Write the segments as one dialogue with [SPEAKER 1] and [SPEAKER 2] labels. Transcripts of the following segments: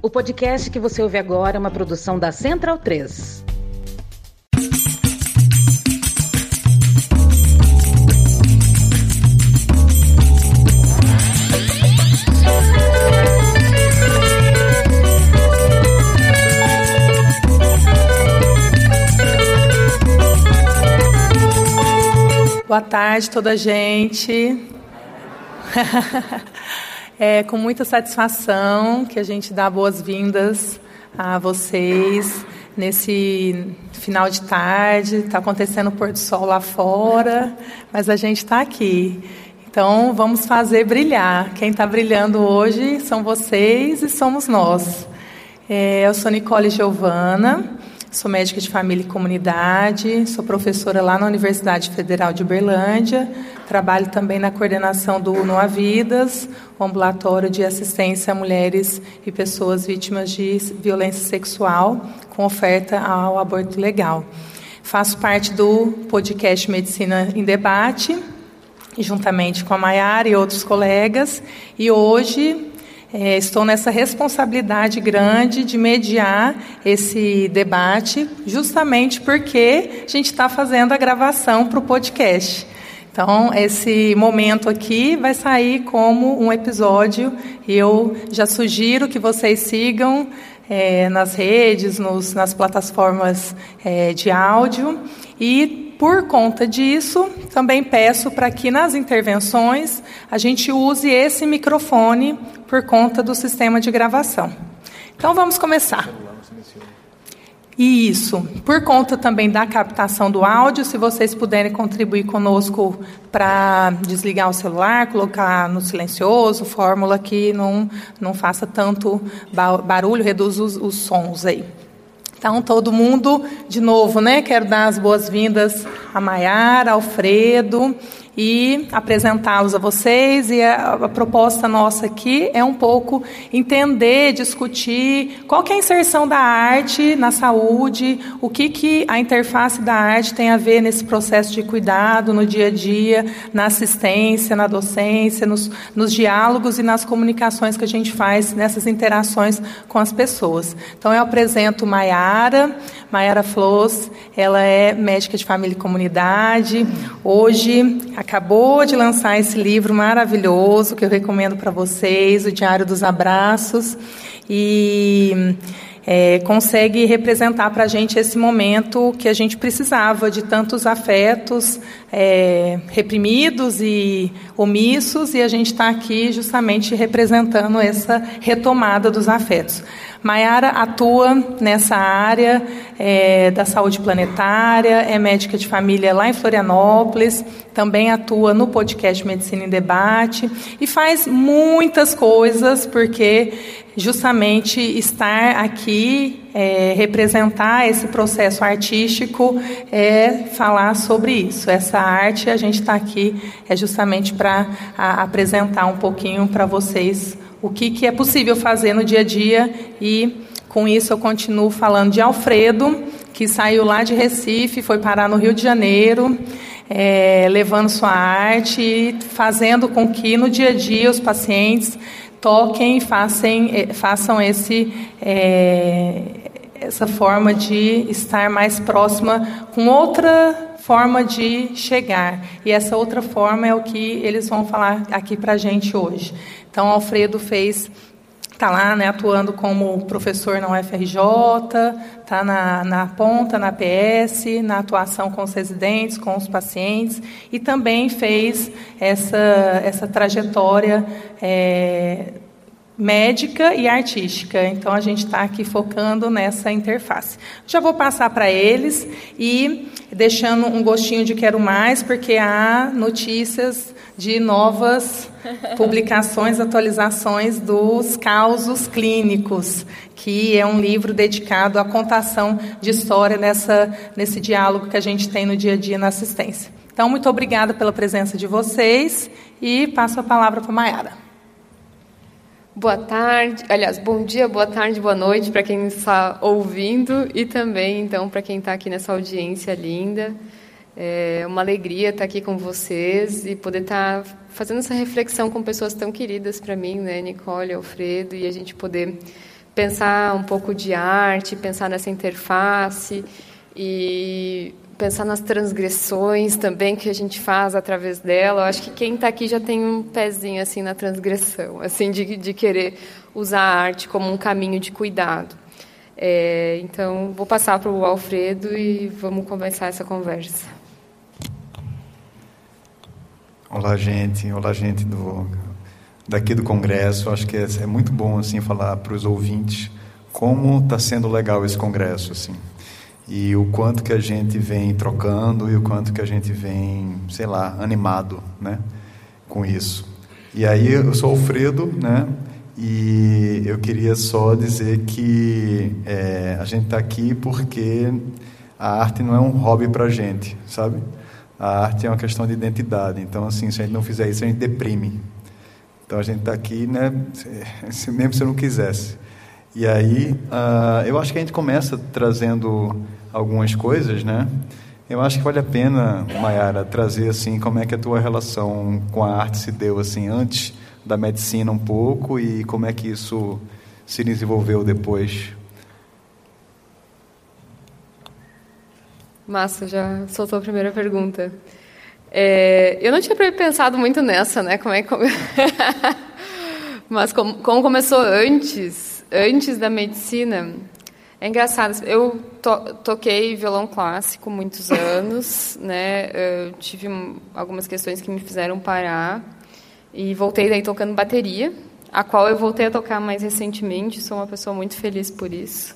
[SPEAKER 1] O podcast que você ouve agora é uma produção da Central 3.
[SPEAKER 2] Boa tarde, toda a gente. É com muita satisfação que a gente dá boas-vindas a vocês nesse final de tarde. Está acontecendo o pôr do sol lá fora, mas a gente está aqui. Então, vamos fazer brilhar. Quem está brilhando hoje são vocês e somos nós. Eu sou Nicole Giovana. Sou médica de família e comunidade, sou professora lá na Universidade Federal de Uberlândia, trabalho também na coordenação do Noa Vidas, o ambulatório de assistência a mulheres e pessoas vítimas de violência sexual, com oferta ao aborto legal. Faço parte do podcast Medicina em Debate, juntamente com a Maiara e outros colegas, e hoje estou nessa responsabilidade grande de mediar esse debate, justamente porque a gente está fazendo a gravação para o podcast. Então, esse momento aqui vai sair como um episódio, e eu já sugiro que vocês sigam nas redes, nas plataformas de áudio, e por conta disso, também peço para que nas intervenções a gente use esse microfone por conta do sistema de gravação. Então vamos começar. E isso, por conta também da captação do áudio, se vocês puderem contribuir conosco para desligar o celular, colocar no silencioso, fórmula que não faça tanto barulho, reduz os sons aí. Então, todo mundo, de novo, quero dar as boas-vindas a Maiara, Alfredo, e apresentá-los a vocês. E a proposta nossa aqui é um pouco entender, discutir qual que é a inserção da arte na saúde, o que a interface da arte tem a ver nesse processo de cuidado, no dia a dia, na assistência, na docência, nos diálogos e nas comunicações que a gente faz nessas interações com as pessoas. Então, eu apresento Maiara Flores, ela é médica de família e comunidade. Hoje acabou de lançar esse livro maravilhoso que eu recomendo para vocês, o Diário dos Abraços, e consegue representar para a gente esse momento que a gente precisava de tantos afetos reprimidos e omissos, e a gente está aqui justamente representando essa retomada dos afetos. Maiara atua nessa área da saúde planetária, é médica de família lá em Florianópolis, também atua no podcast Medicina em Debate e faz muitas coisas, porque justamente estar aqui, representar esse processo artístico, falar sobre isso. Essa arte, a gente está aqui justamente para apresentar um pouquinho para vocês o que é possível fazer no dia a dia, e com isso eu continuo falando de Alfredo, que saiu lá de Recife, foi parar no Rio de Janeiro, levando sua arte e fazendo com que no dia a dia os pacientes toquem e façam essa forma de estar mais próxima, com outra forma de chegar. E essa outra forma é o que eles vão falar aqui para a gente hoje. Então, Alfredo está lá, atuando como professor na UFRJ, está na ponta, na PS, na atuação com os residentes, com os pacientes, e também fez essa trajetória médica e artística. Então, a gente está aqui focando nessa interface. Já vou passar para eles e deixando um gostinho de quero mais, porque há notícias de novas publicações, atualizações dos causos clínicos, que é um livro dedicado à contação de história nesse diálogo que a gente tem no dia a dia na assistência. Então, muito obrigada pela presença de vocês e passo a palavra para a Maiara.
[SPEAKER 3] Boa tarde, bom dia, boa tarde, boa noite para quem está ouvindo e também, então, para quem está aqui nessa audiência linda. É uma alegria estar aqui com vocês e poder estar fazendo essa reflexão com pessoas tão queridas para mim, Nicole, Alfredo, e a gente poder pensar um pouco de arte, pensar nessa interface e pensar nas transgressões também que a gente faz através dela. Eu acho que quem está aqui já tem um pezinho assim na transgressão, assim de querer usar a arte como um caminho de cuidado. Então, vou passar para o Alfredo e vamos começar essa conversa.
[SPEAKER 4] Olá, gente daqui do Congresso. Acho que é muito bom assim falar para os ouvintes como está sendo legal esse congresso, assim, e o quanto que a gente vem trocando e o quanto que a gente vem, sei lá, animado, né, com isso. E aí, eu sou Alfredo, né, e eu queria só dizer que a gente está aqui porque a arte não é um hobby para a gente, sabe? A arte é uma questão de identidade. Então, assim, se a gente não fizer isso, a gente deprime. Então, a gente está aqui, né, mesmo se eu não quisesse. E aí, eu acho que a gente começa trazendo algumas coisas, né? Eu acho que vale a pena, Mayara, trazer, assim, como é que a tua relação com a arte se deu, assim, antes da medicina um pouco, e como é que isso se desenvolveu depois.
[SPEAKER 3] Massa, já soltou a primeira pergunta. Eu não tinha pensado muito nessa, né? Mas como começou antes da medicina, é engraçado. Eu toquei violão clássico muitos anos, né? Eu tive algumas questões que me fizeram parar e voltei daí tocando bateria, a qual eu voltei a tocar mais recentemente. Sou uma pessoa muito feliz por isso.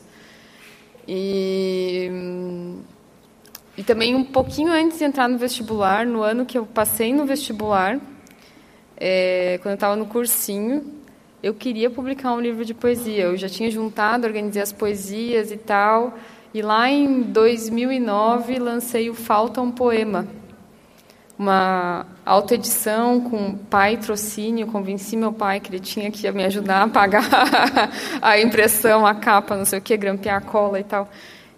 [SPEAKER 3] E também um pouquinho antes de entrar no vestibular, no ano que eu passei no vestibular, quando eu estava no cursinho, eu queria publicar um livro de poesia. Eu já tinha juntado, organizei as poesias e tal, e lá em 2009 lancei o Falta um Poema, uma autoedição com patrocínio. Convenci meu pai que ele tinha que me ajudar a pagar a impressão, a capa, não sei o quê, grampear a cola e tal.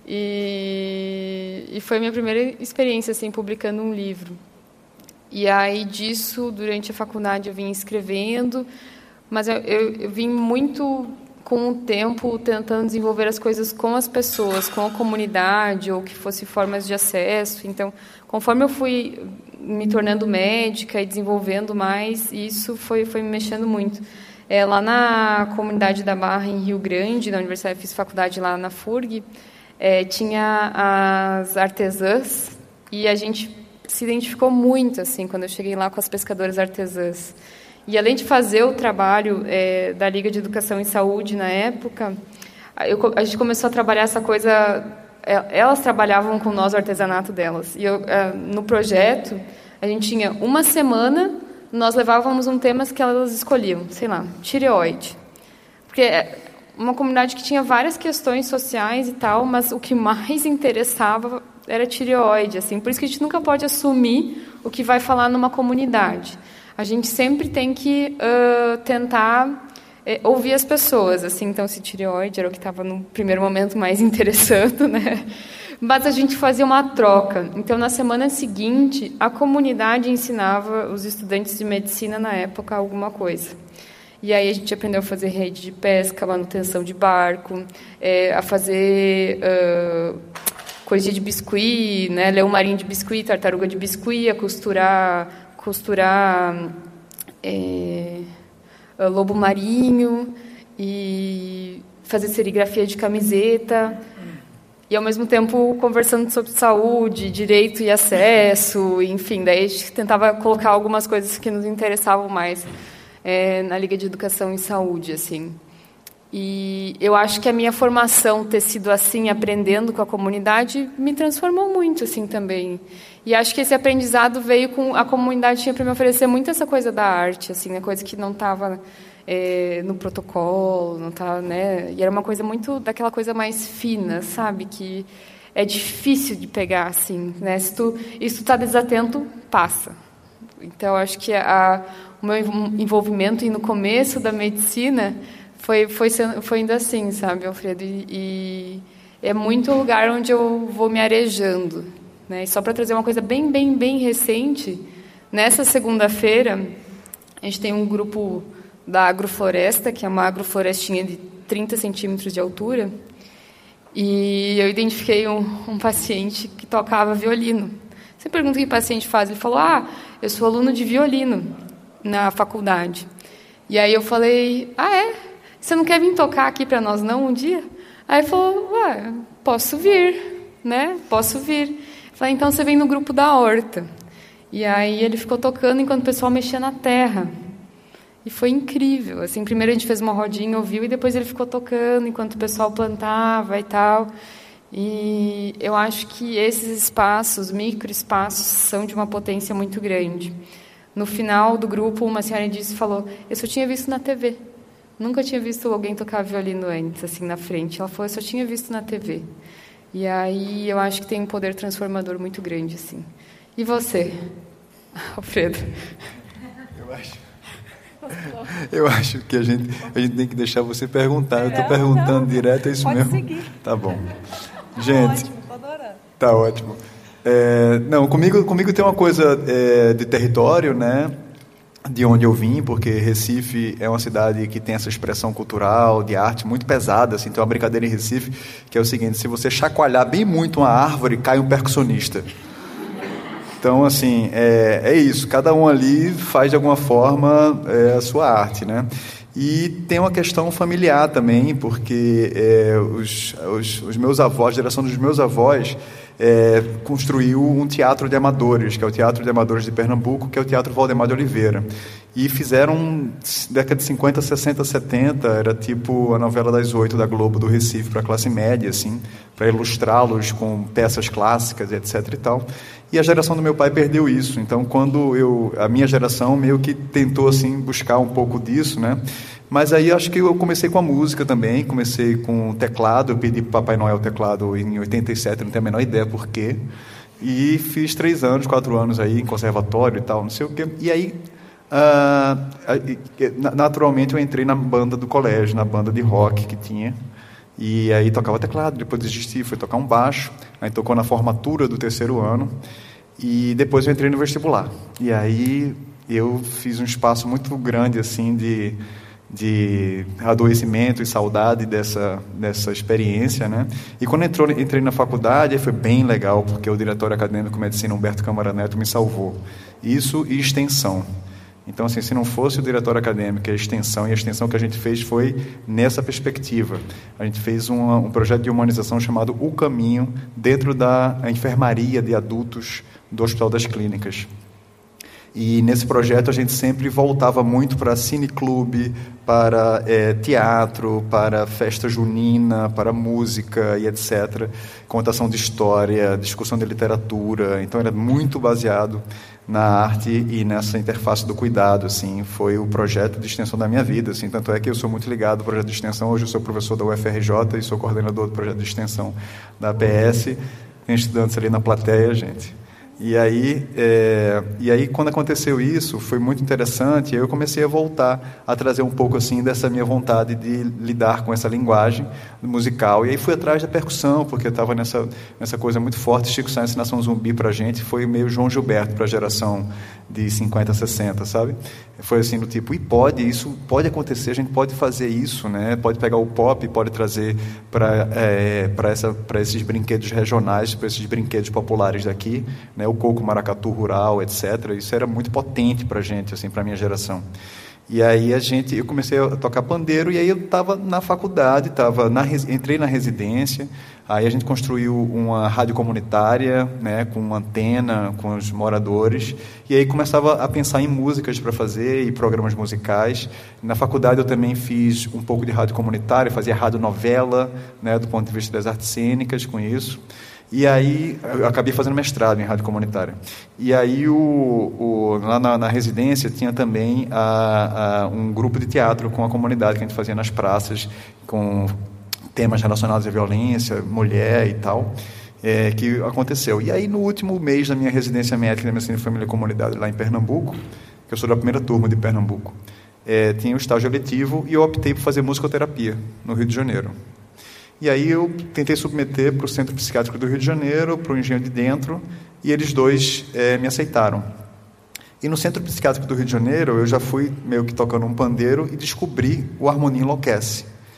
[SPEAKER 3] E foi a minha primeira experiência assim, publicando um livro. E aí disso, durante a faculdade, eu vim escrevendo, mas eu vim muito, com o tempo, tentando desenvolver as coisas com as pessoas, com a comunidade, ou que fosse formas de acesso. Então, conforme eu fui me tornando médica e desenvolvendo mais, isso foi me mexendo muito. Lá na comunidade da Barra, em Rio Grande, na universidade, eu fiz faculdade lá na FURG, tinha as artesãs, e a gente se identificou muito assim quando eu cheguei lá com as pescadoras artesãs. E além de fazer o trabalho da Liga de Educação em Saúde na época, a gente começou a trabalhar essa coisa. Elas trabalhavam com nós o artesanato delas. E no projeto a gente tinha uma semana, nós levávamos um tema que elas escolhiam, sei lá, tireoide, porque uma comunidade que tinha várias questões sociais e tal, mas o que mais interessava era tireoide, assim. Por isso que a gente nunca pode assumir o que vai falar numa comunidade. A gente sempre tem que tentar ouvir as pessoas, assim. Então, se tireoide era o que estava no primeiro momento mais interessante, né? Mas a gente fazia uma troca. Então, na semana seguinte, a comunidade ensinava os estudantes de medicina na época alguma coisa. E aí a gente aprendeu a fazer rede de pesca, manutenção de barco, a fazer coisinha de biscuit, né, leão marinho de biscuit, tartaruga de biscuit, a costurar lobo marinho e fazer serigrafia de camiseta. E, ao mesmo tempo, conversando sobre saúde, direito e acesso, enfim. Daí a gente tentava colocar algumas coisas que nos interessavam mais na Liga de Educação em Saúde, assim. E eu acho que a minha formação ter sido assim, aprendendo com a comunidade, me transformou muito, assim, também. E acho que esse aprendizado veio com... A comunidade tinha para me oferecer muito essa coisa da arte, assim, né? Coisa que não estava no protocolo, não estava, né? E era uma coisa muito daquela coisa mais fina, sabe? Que é difícil de pegar, assim, né? Se tu está desatento, passa. Então, acho que o meu envolvimento no começo da medicina foi indo assim, sabe, Alfredo? E é muito o lugar onde eu vou me arejando, né? E só para trazer uma coisa bem, bem, bem recente, nessa segunda-feira, a gente tem um grupo da Agrofloresta, que é uma agroflorestinha de 30 centímetros de altura, e eu identifiquei um paciente que tocava violino. Você pergunta o que o paciente faz, ele falou, eu sou aluno de violino na faculdade. E aí eu falei, você não quer vir tocar aqui para nós não um dia? Aí ele falou, posso vir, né? Posso vir. Eu falei, então você vem no grupo da horta. E aí ele ficou tocando enquanto o pessoal mexia na terra. E foi incrível. Assim, primeiro a gente fez uma rodinha, ouviu, e depois ele ficou tocando enquanto o pessoal plantava e tal. E eu acho que esses espaços, microespaços, são de uma potência muito grande. No final do grupo, uma senhora falou, eu só tinha visto na TV. Nunca tinha visto alguém tocar violino antes, assim, na frente. Ela falou, eu só tinha visto na TV. E aí eu acho que tem um poder transformador muito grande, assim. E você, Alfredo?
[SPEAKER 4] Eu acho que a gente tem que deixar você perguntar. Eu estou perguntando direto, é isso
[SPEAKER 2] pode
[SPEAKER 4] mesmo?
[SPEAKER 2] Seguir.
[SPEAKER 4] Tá bom. Gente,
[SPEAKER 2] ótimo, tô adorando.
[SPEAKER 4] Tá ótimo. Não, comigo tem uma coisa de território, né? De onde eu vim, porque Recife é uma cidade que tem essa expressão cultural, de arte muito pesada, assim, tem uma brincadeira em Recife, que é o seguinte, se você chacoalhar bem muito uma árvore, cai um percussionista. Então, assim, é isso, cada um ali faz de alguma forma a sua arte, né? E tem uma questão familiar também, porque os meus avós, a geração dos meus avós, construiu um teatro de amadores, que é o Teatro de Amadores de Pernambuco, que é o Teatro Valdemar de Oliveira. E fizeram, década de 50, 60, 70, era tipo a novela das 8 da Globo do Recife, para a classe média, assim, para ilustrá-los com peças clássicas, etc. e tal. E a geração do meu pai perdeu isso. Então, a minha geração meio que tentou assim, buscar um pouco disso, né? Mas aí acho que eu comecei com a música também, comecei com o teclado, eu pedi para o Papai Noel o teclado em 87, não tenho a menor ideia por quê. E fiz 3 anos, 4 anos aí em conservatório e tal, não sei o quê. E aí, naturalmente, eu entrei na banda do colégio, na banda de rock que tinha. E aí tocava teclado, depois desisti, fui tocar um baixo, aí tocou na formatura do 3º ano, e depois eu entrei no vestibular. E aí eu fiz um espaço muito grande, assim, de adoecimento e saudade dessa experiência, né? E quando entrei na faculdade, foi bem legal, porque o diretor acadêmico de medicina, Humberto Câmara Neto, me salvou. Isso e extensão. Então, assim, se não fosse o diretor acadêmico e a extensão que a gente fez foi nessa perspectiva. A gente fez um projeto de humanização chamado O Caminho, dentro da enfermaria de adultos do Hospital das Clínicas. E nesse projeto a gente sempre voltava muito para cineclube, para teatro, para festa junina, para música e etc. Contação de história, discussão de literatura. Então era muito baseado na arte e nessa interface do cuidado, assim. Foi o projeto de extensão da minha vida, assim. Tanto é que eu sou muito ligado ao projeto de extensão. Hoje eu sou professor da UFRJ e sou coordenador do projeto de extensão da APS. Tem estudantes ali na plateia, gente. E aí, quando aconteceu isso, foi muito interessante, e aí eu comecei a voltar a trazer um pouco assim dessa minha vontade de lidar com essa linguagem musical. E aí fui atrás da percussão, porque eu estava nessa coisa muito forte. Chico Science Nação Zumbi para a gente foi meio João Gilberto para a geração de 50, 60, sabe? Foi assim, do tipo, isso pode acontecer, a gente pode fazer isso, né? Pode pegar o pop, pode trazer para esses brinquedos regionais, para esses brinquedos populares daqui, né? O coco maracatu rural, etc. Isso era muito potente para a gente, assim, para a minha geração. E aí eu comecei a tocar pandeiro, e aí eu estava na faculdade, entrei na residência, aí a gente construiu uma rádio comunitária, né, com uma antena, com os moradores, e aí começava a pensar em músicas para fazer e programas musicais. Na faculdade eu também fiz um pouco de rádio comunitária, fazia rádio novela, né, do ponto de vista das artes cênicas com isso. E aí, eu acabei fazendo mestrado em rádio comunitária. E aí, lá na residência, tinha também um grupo de teatro com a comunidade, que a gente fazia nas praças, com temas relacionados à violência, mulher e tal, que aconteceu. E aí, no último mês da minha residência médica da Medicina de Família e Comunidade, lá em Pernambuco, que eu sou da primeira turma de Pernambuco, tinha o estágio eletivo, e eu optei por fazer musicoterapia no Rio de Janeiro. E aí eu tentei submeter para o Centro Psiquiátrico do Rio de Janeiro, para o Engenho de Dentro, e eles dois me aceitaram. E no Centro Psiquiátrico do Rio de Janeiro, eu já fui meio que tocando um pandeiro e descobri o Harmonia Enlouquece,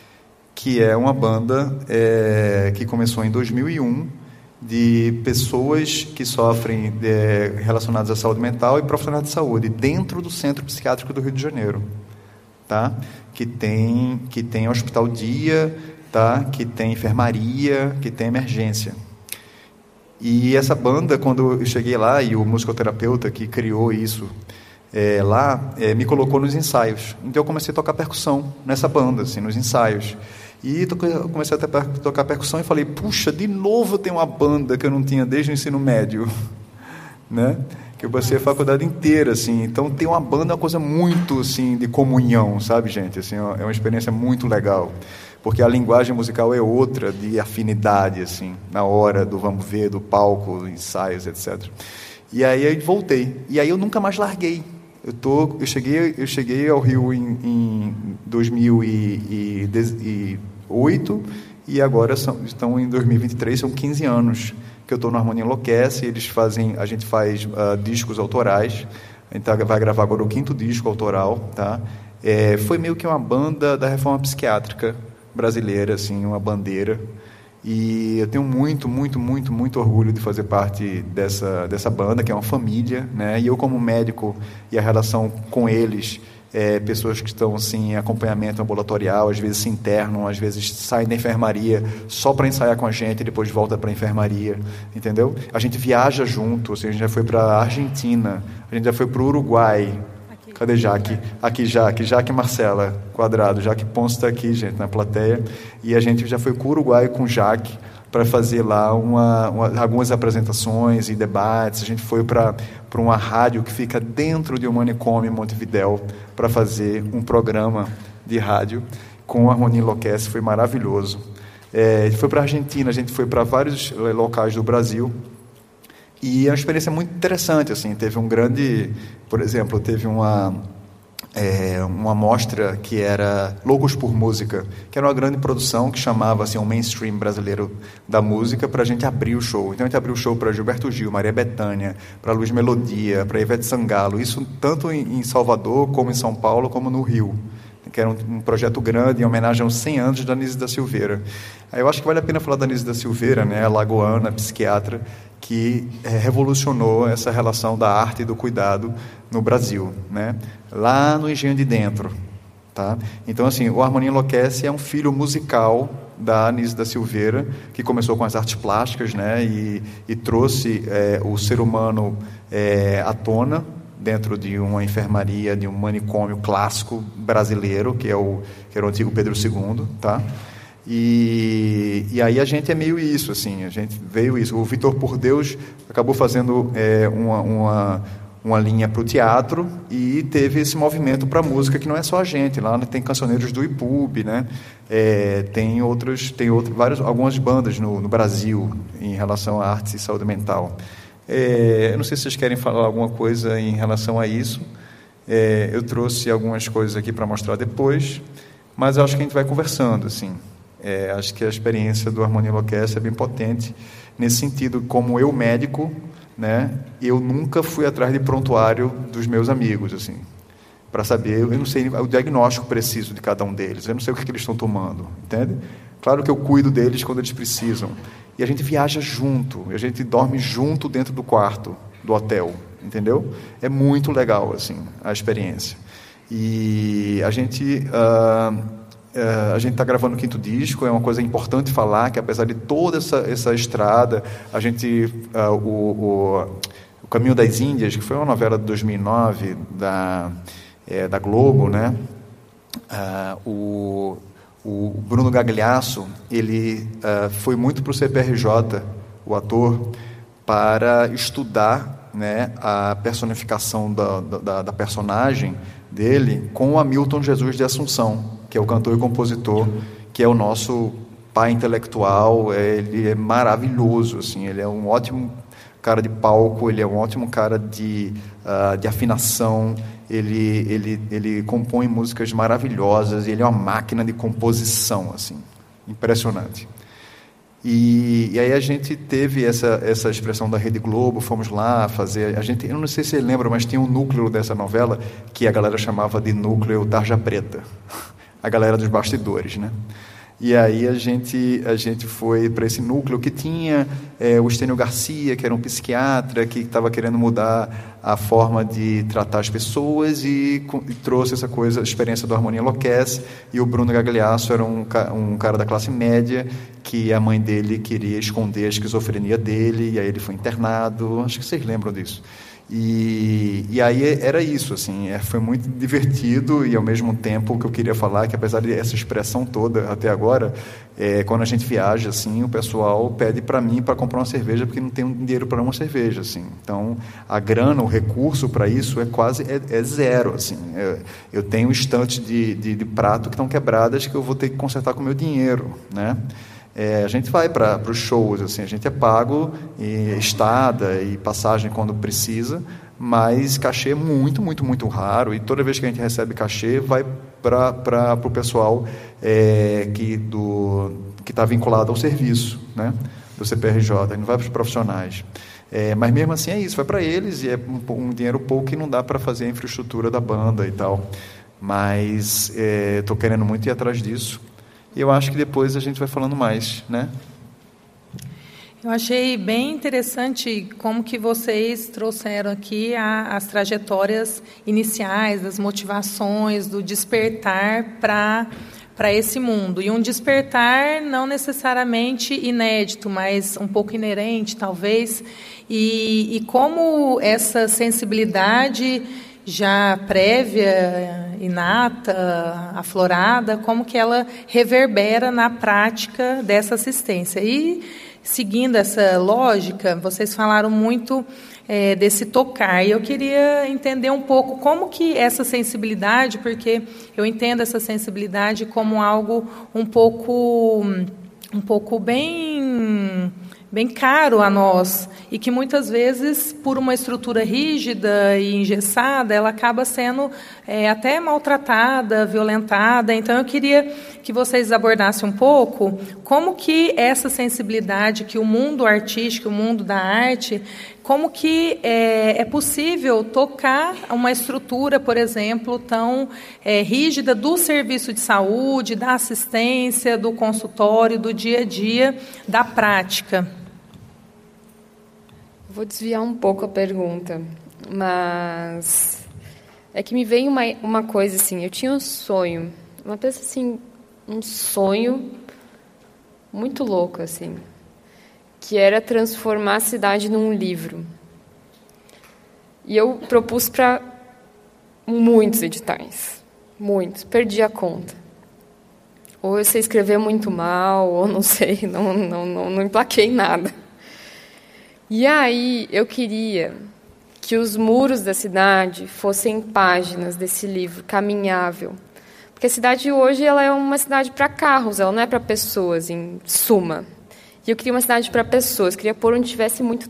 [SPEAKER 4] que é uma banda que começou em 2001, de pessoas que sofrem relacionadas à saúde mental e profissionais de saúde, dentro do Centro Psiquiátrico do Rio de Janeiro, tá? Que tem hospital dia, tá? Que tem enfermaria, que tem emergência. E essa banda, quando eu cheguei lá, e o musicoterapeuta que criou isso me colocou nos ensaios. Então eu comecei a tocar percussão nessa banda, assim, nos ensaios. E eu comecei a tocar percussão e falei, puxa, de novo eu tenho uma banda que eu não tinha desde o ensino médio, né? Que eu passei a faculdade inteira, assim. Então ter uma banda é uma coisa muito, assim, de comunhão, sabe, gente? Assim, é uma experiência muito legal, porque a linguagem musical é outra, de afinidade, assim, na hora do vamos ver, do palco, ensaios, etc. E aí eu voltei. E aí eu nunca mais larguei. Eu cheguei ao Rio em 2008 e agora estão em 2023, são 15 anos que eu estou no Harmonia Enlouquece. A gente faz discos autorais. A gente vai gravar agora o 5º disco autoral, tá? Foi meio que uma banda da reforma psiquiátrica brasileira, assim, uma bandeira. E eu tenho muito, muito, muito, muito orgulho de fazer parte dessa banda, que é uma família, né? E eu, como médico, e a relação com eles, pessoas que estão assim, em acompanhamento ambulatorial, às vezes se internam, às vezes saem da enfermaria só para ensaiar com a gente e depois volta para a enfermaria, entendeu? A gente viaja junto, assim, a gente já foi para a Argentina, a gente já foi para o Uruguai. Cadê Jaque? Aqui, Jaque Marcela Quadrado. Jaque Ponce está aqui, gente, na plateia. E a gente já foi para o Uruguai com Jaque para fazer lá algumas apresentações e debates. A gente foi para uma rádio que fica dentro de um manicômio em Montevidéu para fazer um programa de rádio com a Harmonia Enlouquece. Foi maravilhoso. A gente foi para a Argentina, a gente foi para vários locais do Brasil. E é uma experiência muito interessante, assim. Teve por exemplo, teve uma mostra que era Loucos por Música, que era uma grande produção que chamava assim, um mainstream brasileiro da música, para a gente abrir o show. Então a gente abriu o show para Gilberto Gil, Maria Bethânia, para Luiz Melodia, para Ivete Sangalo, isso tanto em Salvador, como em São Paulo, como no Rio, que era um projeto grande em homenagem aos 100 anos da Anísio da Silveira. Aí eu acho que vale a pena falar da Anísio da Silveira, né, lagoana, psiquiatra, que revolucionou essa relação da arte e do cuidado no Brasil, né, lá no Engenho de Dentro. Tá? Então, assim, o Harmonia Enlouquece é um filho musical da Anísio da Silveira, que começou com as artes plásticas, né, e trouxe o ser humano à tona, dentro de uma enfermaria, de um manicômio clássico brasileiro, que era o antigo Pedro II, tá? E aí a gente é meio isso, assim, a gente veio isso. O Vitor Por Deus acabou fazendo uma linha para o teatro e teve esse movimento para a música, que não é só a gente, lá tem cancioneiros do IPUB, né? Algumas bandas no Brasil em relação à arte e saúde mental. Eu não sei se vocês querem falar alguma coisa em relação a isso. Eu trouxe algumas coisas aqui para mostrar depois, mas eu acho que a gente vai conversando, assim. Acho que a experiência do Harmonia Enlouquece é bem potente nesse sentido. Como eu, médico, né, eu nunca fui atrás de prontuário dos meus amigos, assim, para saber. Eu não sei o diagnóstico preciso de cada um deles, eu não sei o que eles estão tomando, entende? Claro que eu cuido deles quando eles precisam. E a gente viaja junto, a gente dorme junto dentro do quarto do hotel, entendeu? É muito legal, assim, a experiência. E a gente está gravando o 5º disco. É uma coisa importante falar que, apesar de toda essa estrada, a gente o Caminho das Índias, que foi uma novela de 2009 da Globo, né? O Bruno Gagliasso, ele foi muito para o CPRJ, o ator, para estudar, né, a personificação da personagem dele com o Hamilton Jesus de Assunção, que é o cantor e compositor, que é o nosso pai intelectual. Ele é maravilhoso, assim, ele é um ótimo cara de palco, ele é um ótimo cara de afinação. Ele compõe músicas maravilhosas, ele é uma máquina de composição, assim, impressionante. E aí a gente teve essa expressão da Rede Globo, fomos lá fazer. Eu não sei se você lembra, mas tinha um núcleo dessa novela que a galera chamava de núcleo Tarja Preta, a galera dos bastidores, né? E aí a gente foi para esse núcleo que tinha o Estênio Garcia, que era um psiquiatra que estava querendo mudar a forma de tratar as pessoas e trouxe essa coisa, a experiência do Harmonia Enlouquece. E o Bruno Gagliasso era um cara da classe média, que a mãe dele queria esconder a esquizofrenia dele, e aí ele foi internado. Acho que vocês lembram disso. E aí era isso, assim, foi muito divertido, e ao mesmo tempo o que eu queria falar, que apesar dessa expressão toda até agora, quando a gente viaja, assim, o pessoal pede para mim para comprar uma cerveja porque não tem dinheiro para uma cerveja, assim. Então a grana, o recurso para isso é zero, assim. Eu tenho estantes de prato que estão quebradas que eu vou ter que consertar com o meu dinheiro, né? A gente vai para os shows, assim, a gente é pago estada e passagem quando precisa, mas cachê é muito, muito, muito raro, e toda vez que a gente recebe cachê vai para o pessoal que está vinculado ao serviço, né, do CPRJ, não vai para os profissionais. Mas mesmo assim é isso, vai para eles, e é um dinheiro pouco que não dá para fazer a infraestrutura da banda e tal, mas estou querendo muito ir atrás disso. E eu acho que depois a gente vai falando mais, né?
[SPEAKER 2] Eu achei bem interessante como que vocês trouxeram aqui as trajetórias iniciais, das motivações, do despertar para esse mundo. E um despertar não necessariamente inédito, mas um pouco inerente, talvez. E como essa sensibilidade já prévia, inata, aflorada, como que ela reverbera na prática dessa assistência. E, seguindo essa lógica, vocês falaram muito desse tocar, e eu queria entender um pouco como que essa sensibilidade, porque eu entendo essa sensibilidade como algo um pouco bem caro a nós, e que muitas vezes, por uma estrutura rígida e engessada, ela acaba sendo até maltratada, violentada. Então, eu queria que vocês abordassem um pouco como que essa sensibilidade, que o mundo artístico, o mundo da arte, como que é possível tocar uma estrutura, por exemplo, tão rígida do serviço de saúde, da assistência, do consultório, do dia a dia, da prática.
[SPEAKER 3] Vou desviar um pouco a pergunta, mas é que me veio uma coisa assim, eu tinha um sonho, uma coisa assim, um sonho muito louco, assim, que era transformar a cidade num livro. E eu propus para muitos editais, muitos, perdi a conta. Ou eu sei escrever muito mal, ou não sei, não emplaquei nada. E aí eu queria que os muros da cidade fossem páginas desse livro, caminhável. Porque a cidade hoje ela é uma cidade para carros, ela não é para pessoas, em suma. E eu queria uma cidade para pessoas, queria pôr onde tivesse muito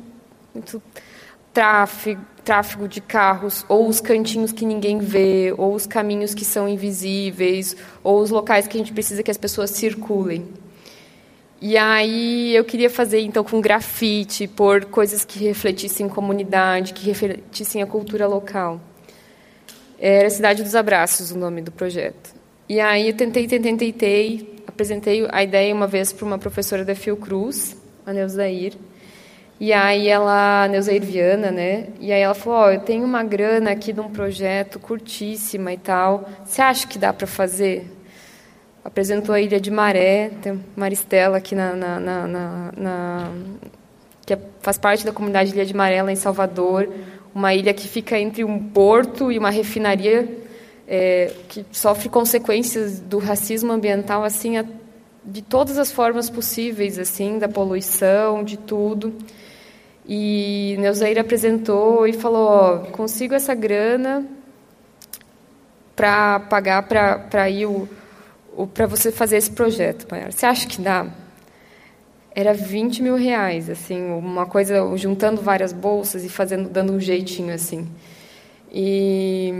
[SPEAKER 3] tráfego de carros, ou os cantinhos que ninguém vê, ou os caminhos que são invisíveis, ou os locais que a gente precisa que as pessoas circulem. E aí eu queria fazer, então, com grafite, pôr coisas que refletissem comunidade, que refletissem a cultura local. Era Cidade dos Abraços o nome do projeto. E aí eu tentei, apresentei a ideia uma vez para uma professora da Fiocruz, a Neuzair. E aí a Neuzair Viana, né? E aí ela falou, eu tenho uma grana aqui de um projeto curtíssima e tal, você acha que dá para fazer? Apresentou a Ilha de Maré, tem Maristela aqui que faz parte da comunidade Ilha de Maré, lá em Salvador, uma ilha que fica entre um porto e uma refinaria que sofre consequências do racismo ambiental, assim, de todas as formas possíveis, assim, da poluição, de tudo. E Neuzair apresentou e falou, consigo essa grana para pagar para ir para você fazer esse projeto, Maiara. Você acha que dá? Era R$20 mil, assim, uma coisa, juntando várias bolsas e dando um jeitinho, assim. E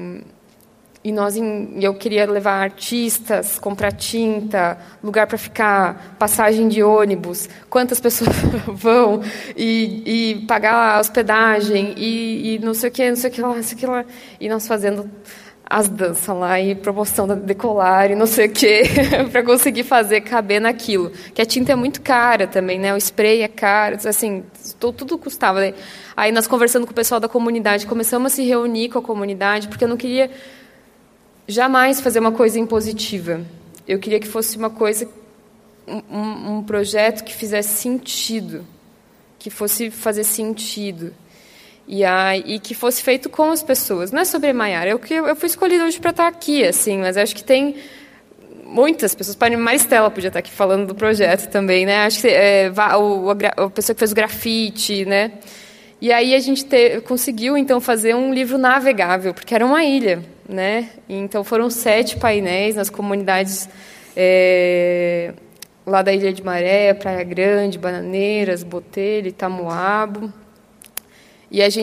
[SPEAKER 3] eu queria levar artistas, comprar tinta, lugar para ficar, passagem de ônibus, quantas pessoas vão, e pagar a hospedagem, e não sei o que lá, e nós fazendo as danças lá e promoção da Decolar e não sei o quê, para conseguir fazer caber naquilo. Que a tinta é muito cara também, né? O spray é caro, assim, tudo custava. Né? Aí nós conversando com o pessoal da comunidade, começamos a se reunir com a comunidade, porque eu não queria jamais fazer uma coisa impositiva. Eu queria que fosse uma coisa, um projeto que fizesse sentido, que fosse fazer sentido. E que fosse feito com as pessoas. Não é sobre a Maiara. Eu fui escolhida hoje para estar aqui, assim, mas acho que tem muitas pessoas. A Maristela podia estar aqui falando do projeto também, né? Acho que a pessoa que fez o grafite, né? E aí a gente conseguiu, então, fazer um livro navegável, porque era uma ilha, né? Então foram 7 painéis nas comunidades lá da Ilha de Maré, Praia Grande, Bananeiras, Botelho, Itamoabo. E a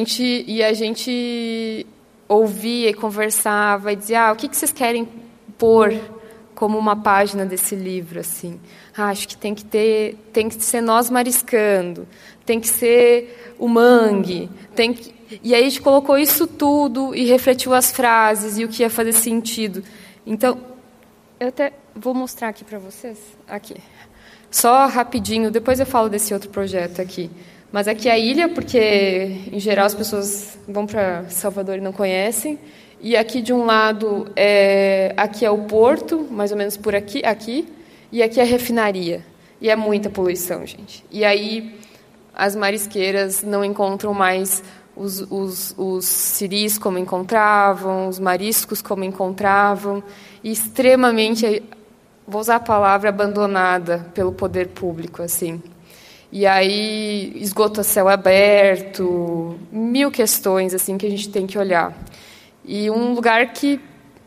[SPEAKER 3] gente ouvia e conversava e dizia, o que vocês querem pôr como uma página desse livro, assim? Acho que tem que ser nós mariscando, tem que ser o mangue, E aí a gente colocou isso tudo e refletiu as frases e o que ia fazer sentido. Então, eu até vou mostrar aqui para vocês. Aqui. Só rapidinho, depois eu falo desse outro projeto aqui. Mas aqui é a ilha, porque, em geral, as pessoas vão para Salvador e não conhecem. E aqui, de um lado, aqui é o porto, mais ou menos por aqui. E aqui é a refinaria. E é muita poluição, gente. E aí, as marisqueiras não encontram mais os ciris como encontravam, os mariscos como encontravam. E extremamente, vou usar a palavra, abandonada pelo poder público, assim. E aí, esgoto a céu aberto, 1000 questões assim, que a gente tem que olhar. E um lugar que,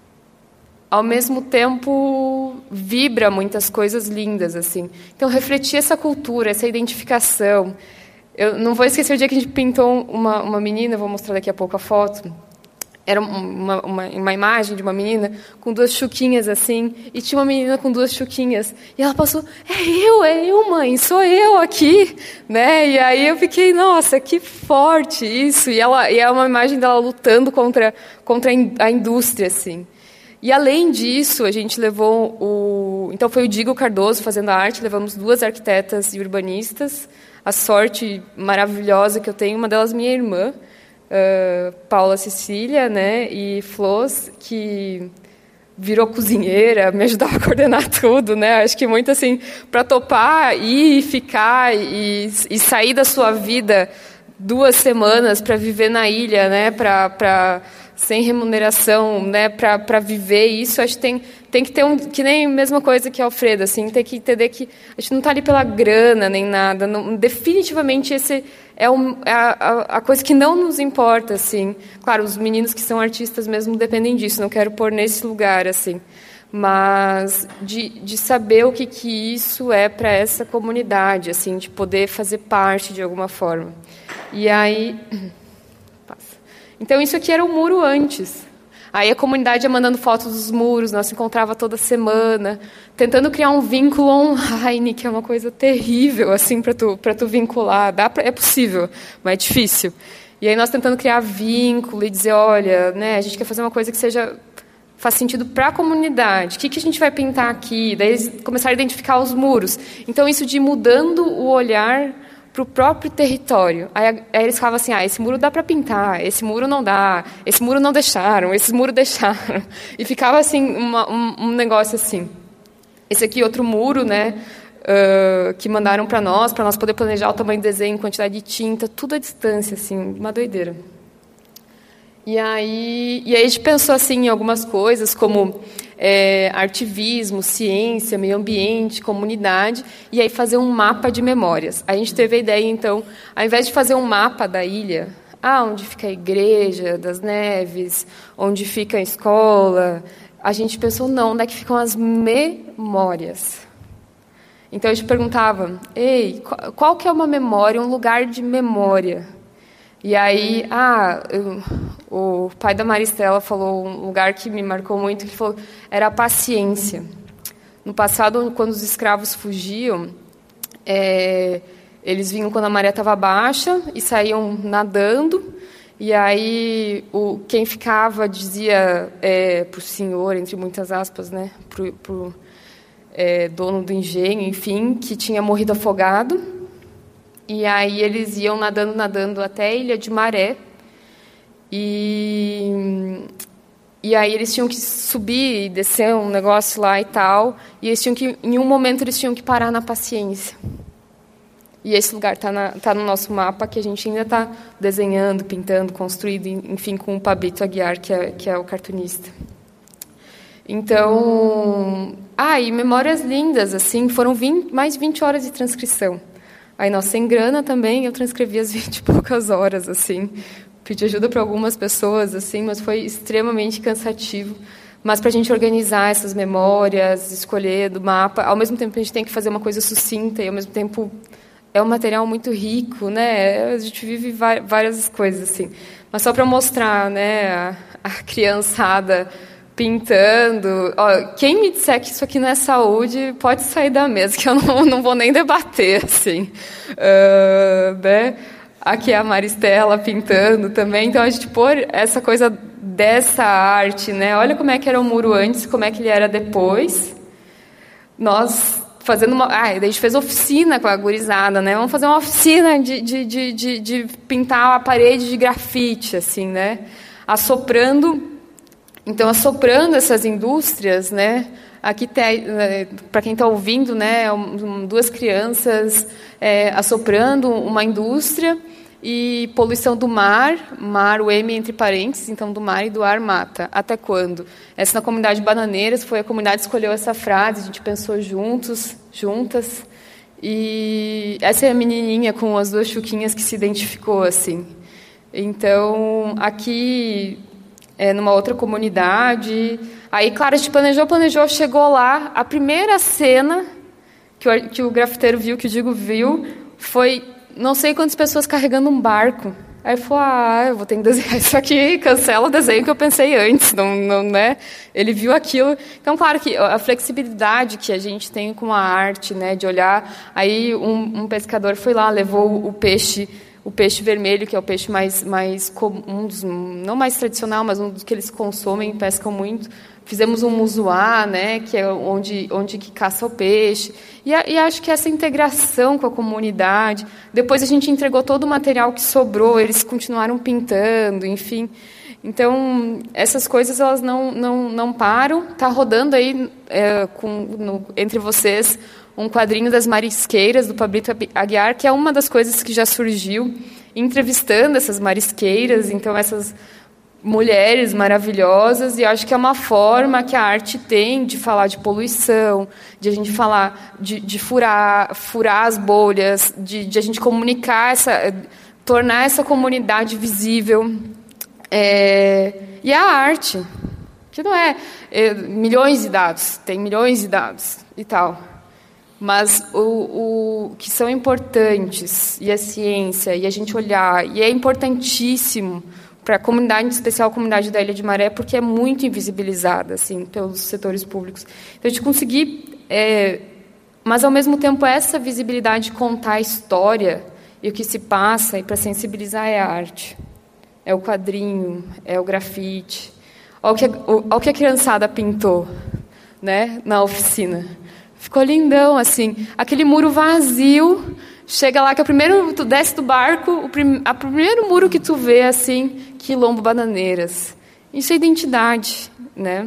[SPEAKER 3] ao mesmo tempo, vibra muitas coisas lindas. Assim. Então, refletir essa cultura, essa identificação. Eu não vou esquecer o dia que a gente pintou uma menina, vou mostrar daqui a pouco a foto. Era uma imagem de uma menina com 2 chuquinhas, assim, e tinha uma menina com 2 chuquinhas. E ela passou, é eu, mãe, sou eu aqui. Né? E aí eu fiquei, nossa, que forte isso. E é uma imagem dela lutando contra a indústria, assim. E, além disso, a gente levou Então, foi o Diego Cardoso fazendo a arte, levamos 2 arquitetas e urbanistas. A sorte maravilhosa que eu tenho, uma delas minha irmã, Paula Cecília, né, e Flores, que virou cozinheira, me ajudava a coordenar tudo, né? Acho que muito assim, para topar e ficar e sair da sua vida 2 semanas para viver na ilha, né? Sem remuneração, né? Para viver isso, acho que tem que ter que nem a mesma coisa que a Alfredo, assim, tem que entender que a gente não está ali pela grana nem nada. Não, definitivamente esse é a coisa que não nos importa, assim. Claro, os meninos que são artistas mesmo dependem disso. Não quero pôr nesse lugar, assim, mas de saber o que isso é para essa comunidade, assim, de poder fazer parte de alguma forma. E aí, então isso aqui era o muro antes. Aí a comunidade ia mandando fotos dos muros, nós se encontrava toda semana, tentando criar um vínculo online, que é uma coisa terrível, assim, para tu vincular. É possível, mas é difícil. E aí nós tentando criar vínculo e dizer, olha, né, a gente quer fazer uma coisa que faz sentido para a comunidade. O que a gente vai pintar aqui? Daí eles começaram a identificar os muros. Então, isso de ir mudando o olhar para o próprio território. Aí eles falavam assim, esse muro dá para pintar, esse muro não dá, esse muro não deixaram, esse muro deixaram. E ficava assim, um negócio assim. Esse aqui, outro muro, né, que mandaram para nós poder planejar o tamanho do desenho, quantidade de tinta, tudo à distância, assim, uma doideira. E aí a gente pensou assim, em algumas coisas, como artivismo, ciência, meio ambiente, comunidade, e aí fazer um mapa de memórias. A gente teve a ideia, então, ao invés de fazer um mapa da ilha, onde fica a Igreja das Neves, onde fica a escola, a gente pensou, não, onde é que ficam as memórias? Então, a gente perguntava, qual que é uma memória, um lugar de memória? E aí, o pai da Maristela falou um lugar que me marcou muito, que falou, era a paciência. No passado, quando os escravos fugiam, eles vinham quando a maré estava baixa e saíam nadando, E aí quem ficava dizia para o senhor, entre muitas aspas, né, pro dono do engenho, enfim, que tinha morrido afogado. E aí eles iam nadando até a Ilha de Maré. E aí eles tinham que subir e descer um negócio lá e tal. E eles tinham que, em um momento, eles tinham que parar na Paciência. E esse lugar tá no nosso mapa, que a gente ainda está desenhando, pintando, construindo, enfim, com o Pablito Aguiar, que é o cartunista. Então, e memórias lindas, assim, foram mais de 20 horas de transcrição. Aí, nós, sem grana também, eu transcrevi as 20 e poucas horas, assim. Pedi ajuda para algumas pessoas, assim, mas foi extremamente cansativo. Mas para a gente organizar essas memórias, escolher do mapa, ao mesmo tempo a gente tem que fazer uma coisa sucinta e, ao mesmo tempo, é um material muito rico, né? A gente vive várias coisas, assim. Mas só para mostrar, né, a criançada pintando. Quem me disser que isso aqui não é saúde, pode sair da mesa, que eu não vou nem debater, assim. Né? Aqui é a Maristela pintando também. Então, a gente pôr essa coisa dessa arte, né? Olha como é que era o muro antes, como é que ele era depois. Nós fazendo daí a gente fez oficina com a gurizada, né? Vamos fazer uma oficina de pintar a parede de grafite, assim, né? Assoprando essas indústrias, né? Aqui para quem está ouvindo, né? Duas crianças assoprando uma indústria e poluição do mar, o M entre parênteses, então do mar e do ar mata. Até quando? Essa na comunidade Bananeiras, foi a comunidade que escolheu essa frase, a gente pensou juntas, e essa é a menininha com as duas chuquinhas que se identificou, assim. Então, aqui, numa outra comunidade, aí, claro, a gente planejou, chegou lá, a primeira cena que o grafiteiro viu, que o Digo viu, foi não sei quantas pessoas carregando um barco. Aí falou, eu vou ter que desenhar isso aqui, cancela o desenho que eu pensei antes, não, né? Ele viu aquilo. Então, claro que a flexibilidade que a gente tem com a arte, né, de olhar. Aí um pescador foi lá, levou o peixe vermelho, que é o peixe mais comum, não mais tradicional, mas um dos que eles consomem, pescam muito. Fizemos um musuá, né, que é onde que caça o peixe. E acho que essa integração com a comunidade. Depois a gente entregou todo o material que sobrou, eles continuaram pintando, enfim. Então, essas coisas elas não param. Está rodando aí entre vocês um quadrinho das marisqueiras, do Pablito Aguiar, que é uma das coisas que já surgiu, entrevistando essas marisqueiras, então essas mulheres maravilhosas, e acho que é uma forma que a arte tem de falar de poluição, de a gente falar de furar as bolhas, de a gente comunicar, tornar essa comunidade visível. E a arte, que não é milhões de dados, tem milhões de dados e tal, mas o que são importantes, e a ciência, e a gente olhar, e é importantíssimo para a comunidade, em especial a comunidade da Ilha de Maré, porque é muito invisibilizada, assim, pelos setores públicos. Então, a gente conseguir, mas, ao mesmo tempo, essa visibilidade de contar a história e o que se passa, e para sensibilizar é a arte, é o quadrinho, é o grafite. Olha o que a criançada pintou, né, na oficina. Ficou lindão, assim, aquele muro vazio. Chega lá, que tu desce do barco, o primeiro muro que tu vê, assim, Quilombo Bananeiras. Isso é identidade, né?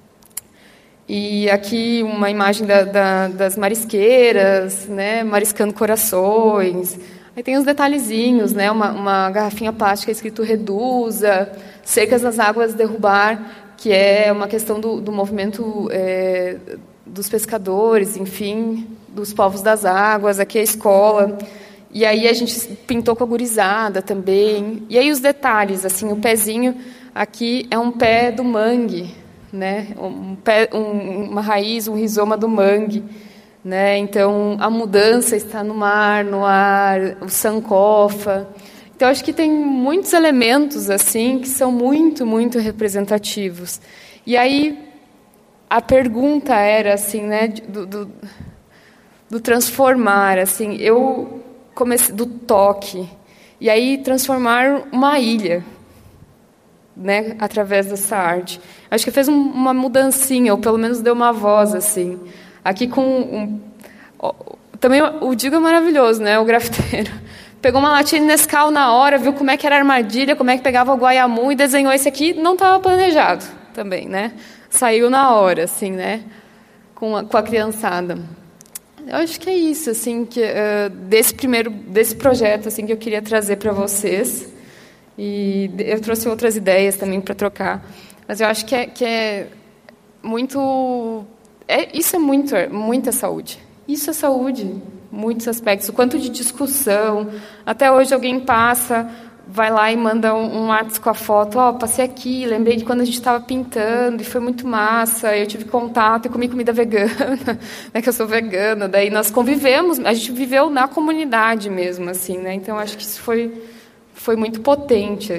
[SPEAKER 3] E aqui uma imagem das marisqueiras, né? Mariscando corações. Aí tem uns detalhezinhos, né? Uma garrafinha plástica escrito reduza, cercas das águas derrubar, que é uma questão do movimento dos pescadores, enfim, dos povos das águas, aqui é a escola. E aí a gente pintou com a gurizada também. E aí os detalhes, assim, o pezinho aqui é um pé do mangue, né? Uma raiz, um rizoma do mangue, né? Então a mudança está no mar, no ar, o sankofa. Então acho que tem muitos elementos assim que são muito, muito representativos. E aí a pergunta era assim, né, do transformar, assim, eu comecei do toque. e aí transformar uma ilha, né, através dessa arte. Acho que fez uma mudancinha, ou pelo menos deu uma voz, assim. Aqui também o Diego é maravilhoso, né, o grafiteiro. Pegou uma latinha de Nescau na hora, viu como é que era a armadilha, como é que pegava o guaiamu e desenhou esse aqui. Não estava planejado também, né? Saiu na hora, assim, né? Com a criançada. Eu acho que é isso, assim, que desse projeto, assim, que eu queria trazer para vocês. E eu trouxe outras ideias também para trocar. Mas eu acho que é muito... isso é muita saúde. Isso é saúde, muitos aspectos. O quanto de discussão. Até hoje alguém passa, vai lá e manda um WhatsApp com a foto. Passei aqui, lembrei de quando a gente estava pintando, e foi muito massa. Eu tive contato e comi comida vegana, né, que eu sou vegana. Daí nós convivemos, a gente viveu na comunidade mesmo, assim, né? Então, acho que isso foi muito potente.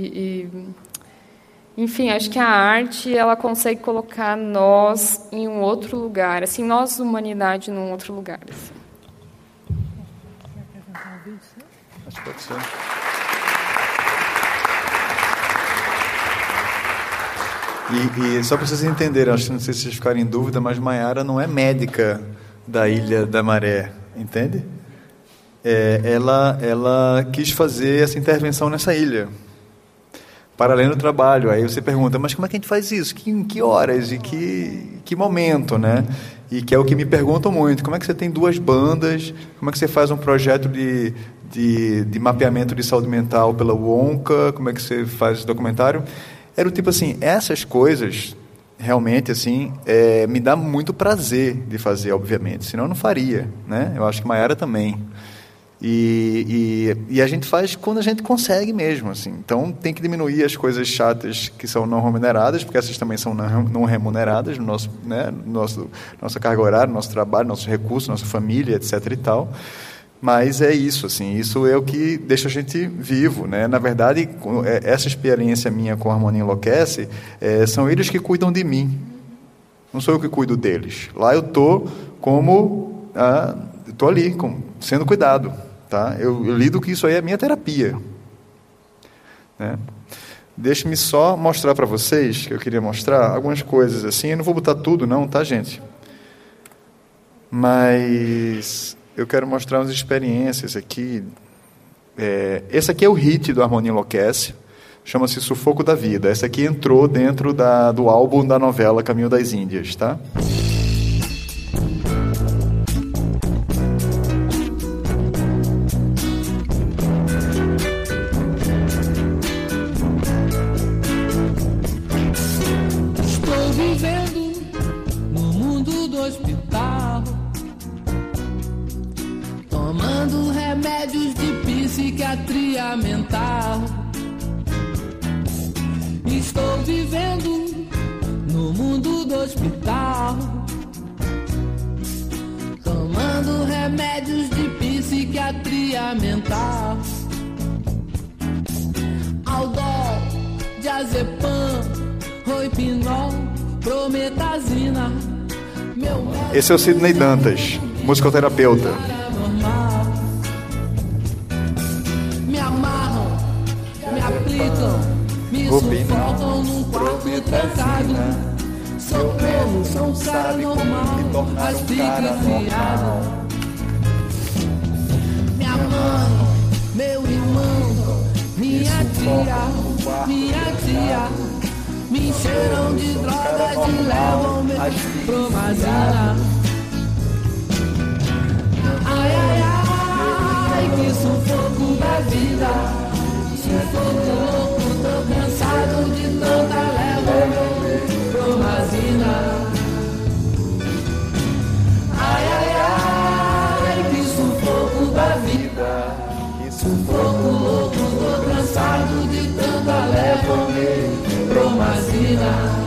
[SPEAKER 3] Enfim, acho que a arte ela consegue colocar nós em um outro lugar, assim, nós, humanidade, num outro lugar. Assim.
[SPEAKER 4] Acho que pode ser. E só para vocês entenderem, acho que não sei se vocês ficarem em dúvida, mas Maiara não é médica da Ilha da Maré, entende? Ela quis fazer essa intervenção nessa ilha, para além do trabalho. Aí você pergunta, mas como é que a gente faz isso? Em que horas? E que momento, né? E que é o que me perguntam muito. Como é que você tem 2 bandas? Como é que você faz um projeto de mapeamento de saúde mental pela UONCA? Como é que você faz esse documentário? Era o tipo assim, essas coisas, realmente, assim, me dá muito prazer de fazer, obviamente. Senão eu não faria, né? Eu acho que Maiara também. E a gente faz quando a gente consegue mesmo, assim. Então tem que diminuir as coisas chatas que são não remuneradas, porque essas também são não remuneradas no nosso, né, nossa carga horária, nosso trabalho, nossos recursos, nossa família, etc. e tal. Mas é isso, assim, isso é o que deixa a gente vivo, né? Na verdade, essa experiência minha com a Harmonia Enlouquece, são eles que cuidam de mim. Não sou eu que cuido deles. Lá eu estou estou ali, sendo cuidado. Tá? Eu lido que isso aí é a minha terapia. Né? Deixe-me só mostrar para vocês, que eu queria mostrar algumas coisas assim. Eu não vou botar tudo não, tá, gente? Mas eu quero mostrar umas experiências aqui. Esse aqui é o hit do Harmonia Enlouquece, chama-se Sufoco da Vida. Essa aqui entrou dentro do álbum da novela Caminho das Índias, tá?
[SPEAKER 5] Mental. Estou vivendo no mundo do hospital, tomando remédios de psiquiatria mental, Aldol, diazepam, roipinol, prometazina.
[SPEAKER 4] Esse é o Sidney Dantas, musicoterapeuta.
[SPEAKER 5] Me sufocam num quarto trancado. Socorro, sou um cara normal, asfixiado. Minha mãe, meu irmão, minha tia me encheram de drogas e levam-me promazina. Ai, ai, ai, que sufoco da vida. Sufoco louco, tô cansado de tanta leva, promazina. Ai, ai, ai, que sufoco da vida. Que sufoco louco, tô cansado de tanta leva, promazina.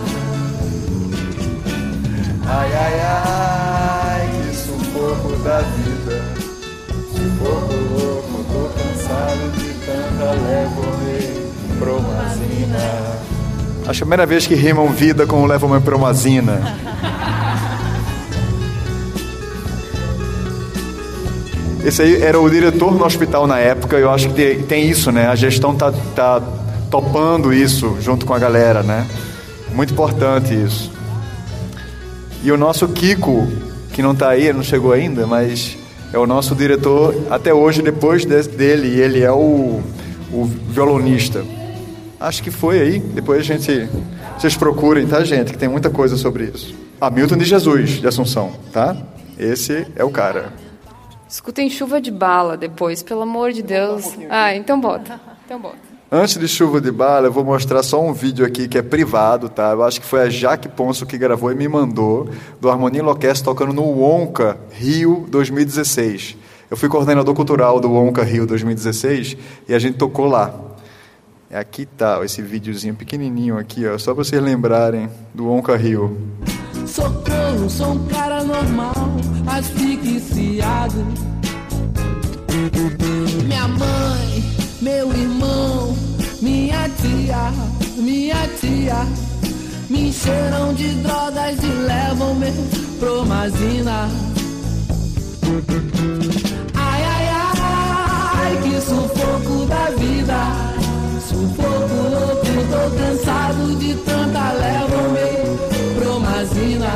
[SPEAKER 4] Ai, ai, ai, que sufoco da vida. Sufoco louco, tô cansado de tanta leva-me promazina. Acho a primeira vez que rimam vida com leva-me promazina. Esse aí era o diretor no hospital na época. Eu acho que tem isso, né? A gestão tá topando isso junto com a galera, né? Muito importante isso. E o nosso Kiko, que não está aí, não chegou ainda, mas é o nosso diretor até hoje, depois dele, ele é o violonista. Acho que foi aí, depois vocês procurem, tá, gente, que tem muita coisa sobre isso. Hamilton de Jesus, de Assunção, tá? Esse é o cara.
[SPEAKER 3] Escutem Chuva de Bala depois, pelo amor de Deus. Então bota.
[SPEAKER 4] Antes de Chuva de Bala, eu vou mostrar só um vídeo aqui que é privado, tá? Eu acho que foi a Jaque Ponço que gravou e me mandou, do Harmonia Enlouquece tocando no Wonka Rio 2016. Eu fui coordenador cultural do Wonka Rio 2016 e a gente tocou lá. Aqui tá, esse videozinho pequenininho aqui, ó, só pra vocês lembrarem do Wonka Rio.
[SPEAKER 5] Socorro, sou um cara normal, asfixiado. Minha mãe, meu irmão, minha tia, me encheram de drogas e levam-me promazina. Ai, ai, ai, que sufoco da vida. Sufoco louco, tô cansado de tanta levam-me promazina.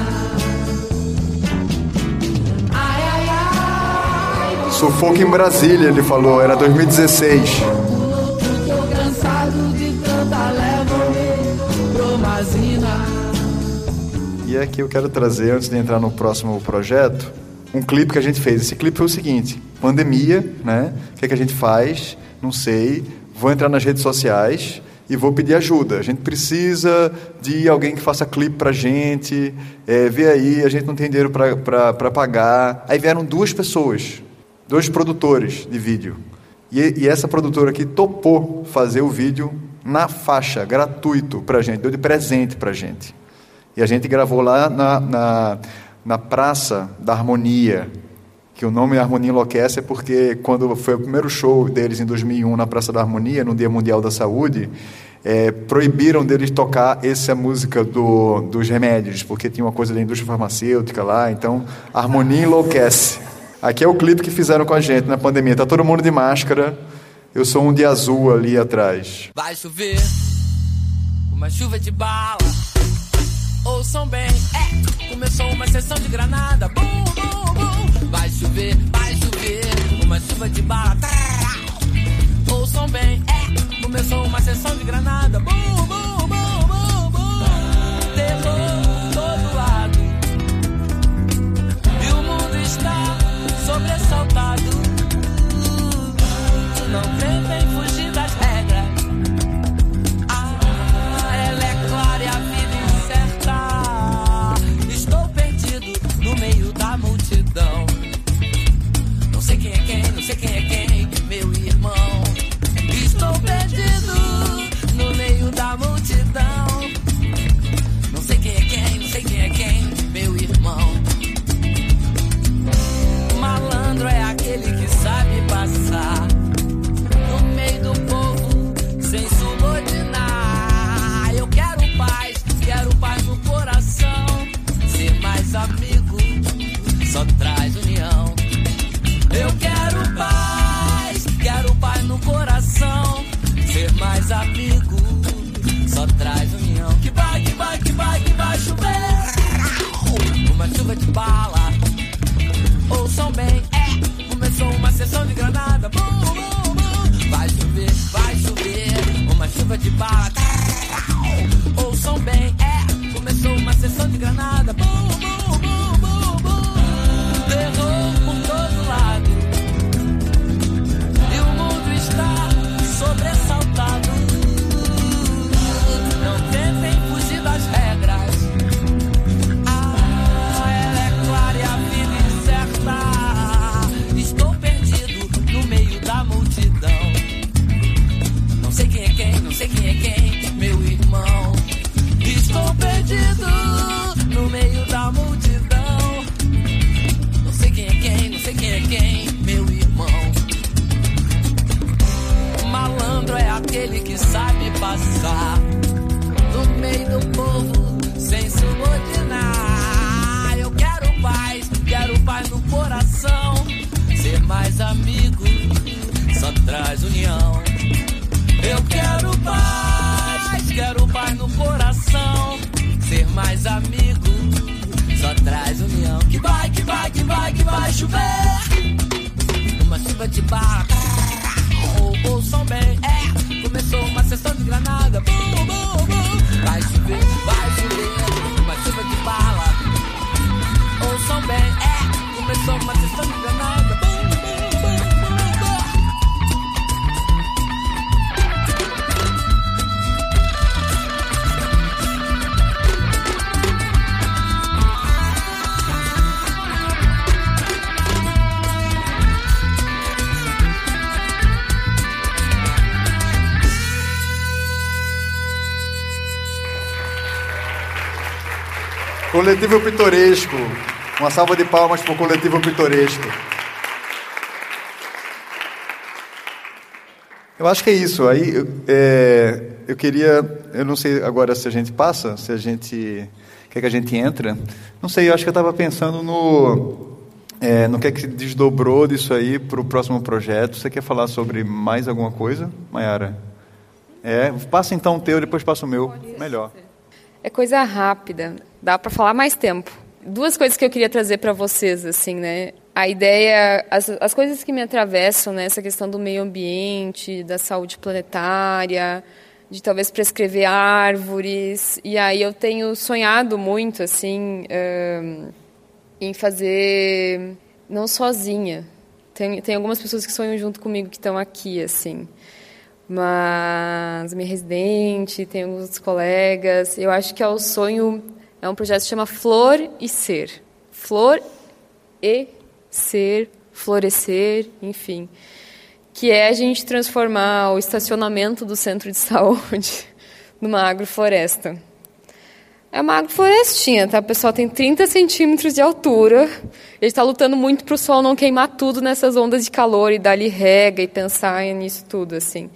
[SPEAKER 5] Ai, ai, ai.
[SPEAKER 4] Sufoco em Brasília, ele falou, era 2016.
[SPEAKER 5] Tô cansado de tanta levam-me promazina.
[SPEAKER 4] E aqui eu quero trazer, antes de entrar no próximo projeto, um clipe que a gente fez. Esse clipe foi o seguinte: pandemia, né? O que é que a gente faz? Não sei. Vou entrar nas redes sociais e vou pedir ajuda. A gente precisa de alguém que faça clipe pra gente. Vê aí, a gente não tem dinheiro para pagar. Aí vieram 2 pessoas, 2 produtores de vídeo. E essa produtora aqui topou fazer o vídeo na faixa, gratuito pra gente, deu de presente pra gente. E a gente gravou lá na Praça da Harmonia, que o nome Harmonia Enlouquece é porque quando foi o primeiro show deles em 2001 na Praça da Harmonia, no Dia Mundial da Saúde, proibiram deles tocar essa música dos remédios, porque tinha uma coisa da indústria farmacêutica lá, então Harmonia Enlouquece. Aqui é o clipe que fizeram com a gente na pandemia, tá todo mundo de máscara, eu sou um de azul ali atrás.
[SPEAKER 5] Vai chover, uma chuva de bala, ouçam bem, começou uma sessão de granada, bum, bum, bum. Vai chover, uma chuva de bala. Ouçam bem, começou uma sessão de granada. Bum, bum, bum, bum, bum. Terror por todo lado. E o mundo está sobressaltado. Não tentem fugir das regras. Ela é clara e a vida incerta. Estou perdido no meio da multidão. Não sei quem é quem, meu irmão. Estou perdido no meio da multidão. Não sei quem é quem, meu irmão. Malandro é aquele que sabe passar no meio do povo sem subordinar. Eu quero paz no coração. Ser mais amigo só traz união. Eu quero paz no coração. Ser mais amigo só traz união. Que vai chover uma chuva de bala. Ouçam bem, começou uma sessão de granada. Bum, bum, bum. Vai chover uma chuva de bala. Ouçam bem, começou uma sessão de granada. Bum, bum, bum, bum, bum. Terror por todo lado. E o mundo está sobressaltado. Não tentem fugir das regras. Ela é clara e a vida incerta. Estou perdido no meio da multidão. Não sei quem é quem, meu irmão. Estou perdido no meio da multidão. Não sei quem é quem, meu irmão. Malandro é aquele que sabe passar no meio do povo sem subordinar. Eu quero paz no coração. Ser mais mais amigo só traz união. Que vai chover. Uma chuva de barra. Ouçam bem, começou uma sessão de granada. Vai chover. Uma chuva de bala. Ouçam bem, começou uma sessão de granada.
[SPEAKER 4] Coletivo Pitoresco. Uma salva de palmas para o Coletivo Pitoresco. Eu acho que é isso. Aí, eu queria... Eu não sei agora se a gente passa, se a gente... Quer que a gente entra? Não sei, eu acho que eu estava pensando no que é que desdobrou disso aí para o próximo projeto. Você quer falar sobre mais alguma coisa, Maiara? Passa então o teu, depois passa o meu. Melhor.
[SPEAKER 3] É coisa rápida, dá para falar mais tempo. Duas coisas que eu queria trazer para vocês, assim, né? A ideia, as coisas que me atravessam, né? Essa questão do meio ambiente, da saúde planetária, de talvez prescrever árvores. E aí eu tenho sonhado muito, assim, em fazer, não sozinha. Tem algumas pessoas que sonham junto comigo que estão aqui, assim. Mas minha residente, tem alguns colegas. Eu acho que é o sonho, é um projeto que se chama Flor e Ser. Flor e Ser, florescer, enfim. Que é a gente transformar o estacionamento do centro de saúde numa agrofloresta. É uma agroflorestinha, tá? O pessoal tem 30 centímetros de altura. Ele está lutando muito para o sol não queimar tudo nessas ondas de calor e dar-lhe rega e pensar nisso tudo, assim.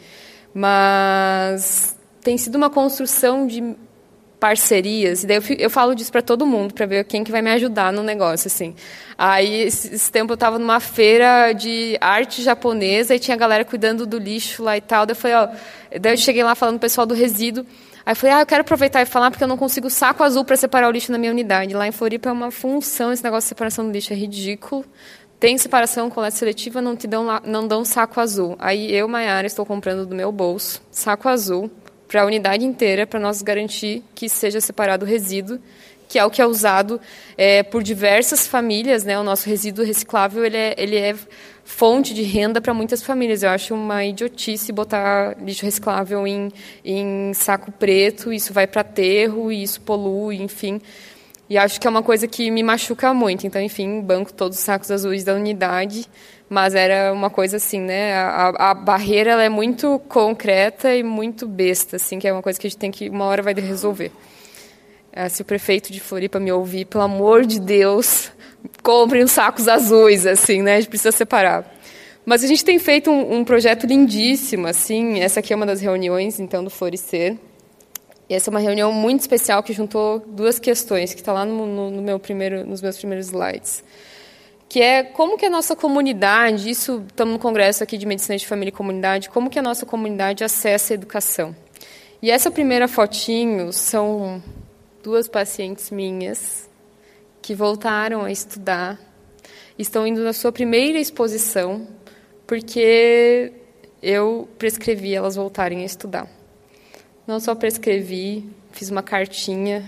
[SPEAKER 3] Mas tem sido uma construção de parcerias, e daí eu falo disso para todo mundo, para ver quem que vai me ajudar no negócio, assim. Aí, esse tempo eu estava numa feira de arte japonesa e tinha a galera cuidando do lixo lá e tal, daí eu cheguei lá falando pro pessoal do resíduo, aí eu falei, eu quero aproveitar e falar porque eu não consigo saco azul para separar o lixo na minha unidade. Lá em Floripa é uma função esse negócio de separação do lixo, é ridículo. Tem separação, coleta seletiva, não dão saco azul. Aí eu, Maiara, estou comprando do meu bolso saco azul para a unidade inteira, para nós garantir que seja separado o resíduo, que é o que é usado por diversas famílias, né? O nosso resíduo reciclável ele é fonte de renda para muitas famílias. Eu acho uma idiotice botar lixo reciclável em saco preto, isso vai para aterro, e isso polui, enfim... E acho que é uma coisa que me machuca muito. Então, enfim, banco todos os sacos azuis da unidade, mas era uma coisa assim, né? A barreira ela é muito concreta e muito besta, assim, que é uma coisa que a gente tem que, uma hora vai resolver. Se o prefeito de Floripa me ouvir, pelo amor de Deus, comprem os sacos azuis, assim, né? A gente precisa separar. Mas a gente tem feito um projeto lindíssimo, assim. Essa aqui é uma das reuniões, então, do Florescer. E essa é uma reunião muito especial que juntou duas questões, que está lá nos meus primeiros slides. Que é como que a nossa comunidade, estamos no congresso aqui de Medicina de Família e Comunidade, como que a nossa comunidade acessa a educação. E essa primeira fotinho são duas pacientes minhas que voltaram a estudar, estão indo na sua primeira exposição, porque eu prescrevi elas voltarem a estudar. Não só prescrevi, fiz uma cartinha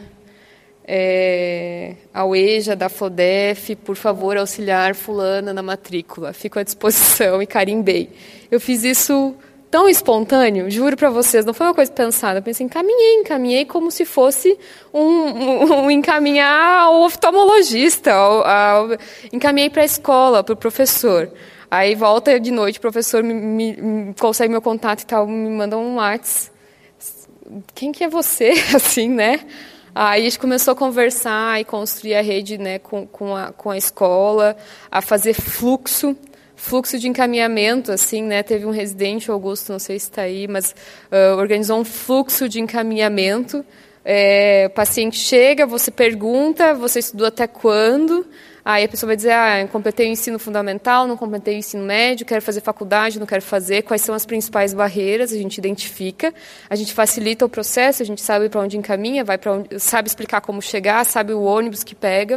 [SPEAKER 3] ao EJA da FODEF, por favor, auxiliar fulana na matrícula. Fico à disposição e carimbei. Eu fiz isso tão espontâneo, juro para vocês, não foi uma coisa pensada. Eu pensei, encaminhei como se fosse um encaminhar ao oftalmologista, encaminhei para a escola, para o professor. Aí volta de noite, o professor me consegue meu contato e tal, me manda um WhatsApp. Quem que é você, assim, né? Aí a gente começou a conversar e construir a rede, né, com a escola, a fazer fluxo de encaminhamento, assim, né? Teve um residente, Augusto, não sei se está aí, mas organizou um fluxo de encaminhamento. O paciente chega, você pergunta, você estudou até quando? Aí a pessoa vai dizer, eu completei o ensino fundamental, não completei o ensino médio, quero fazer faculdade, não quero fazer. Quais são as principais barreiras? A gente identifica, a gente facilita o processo, a gente sabe para onde encaminha, sabe explicar como chegar, sabe o ônibus que pega.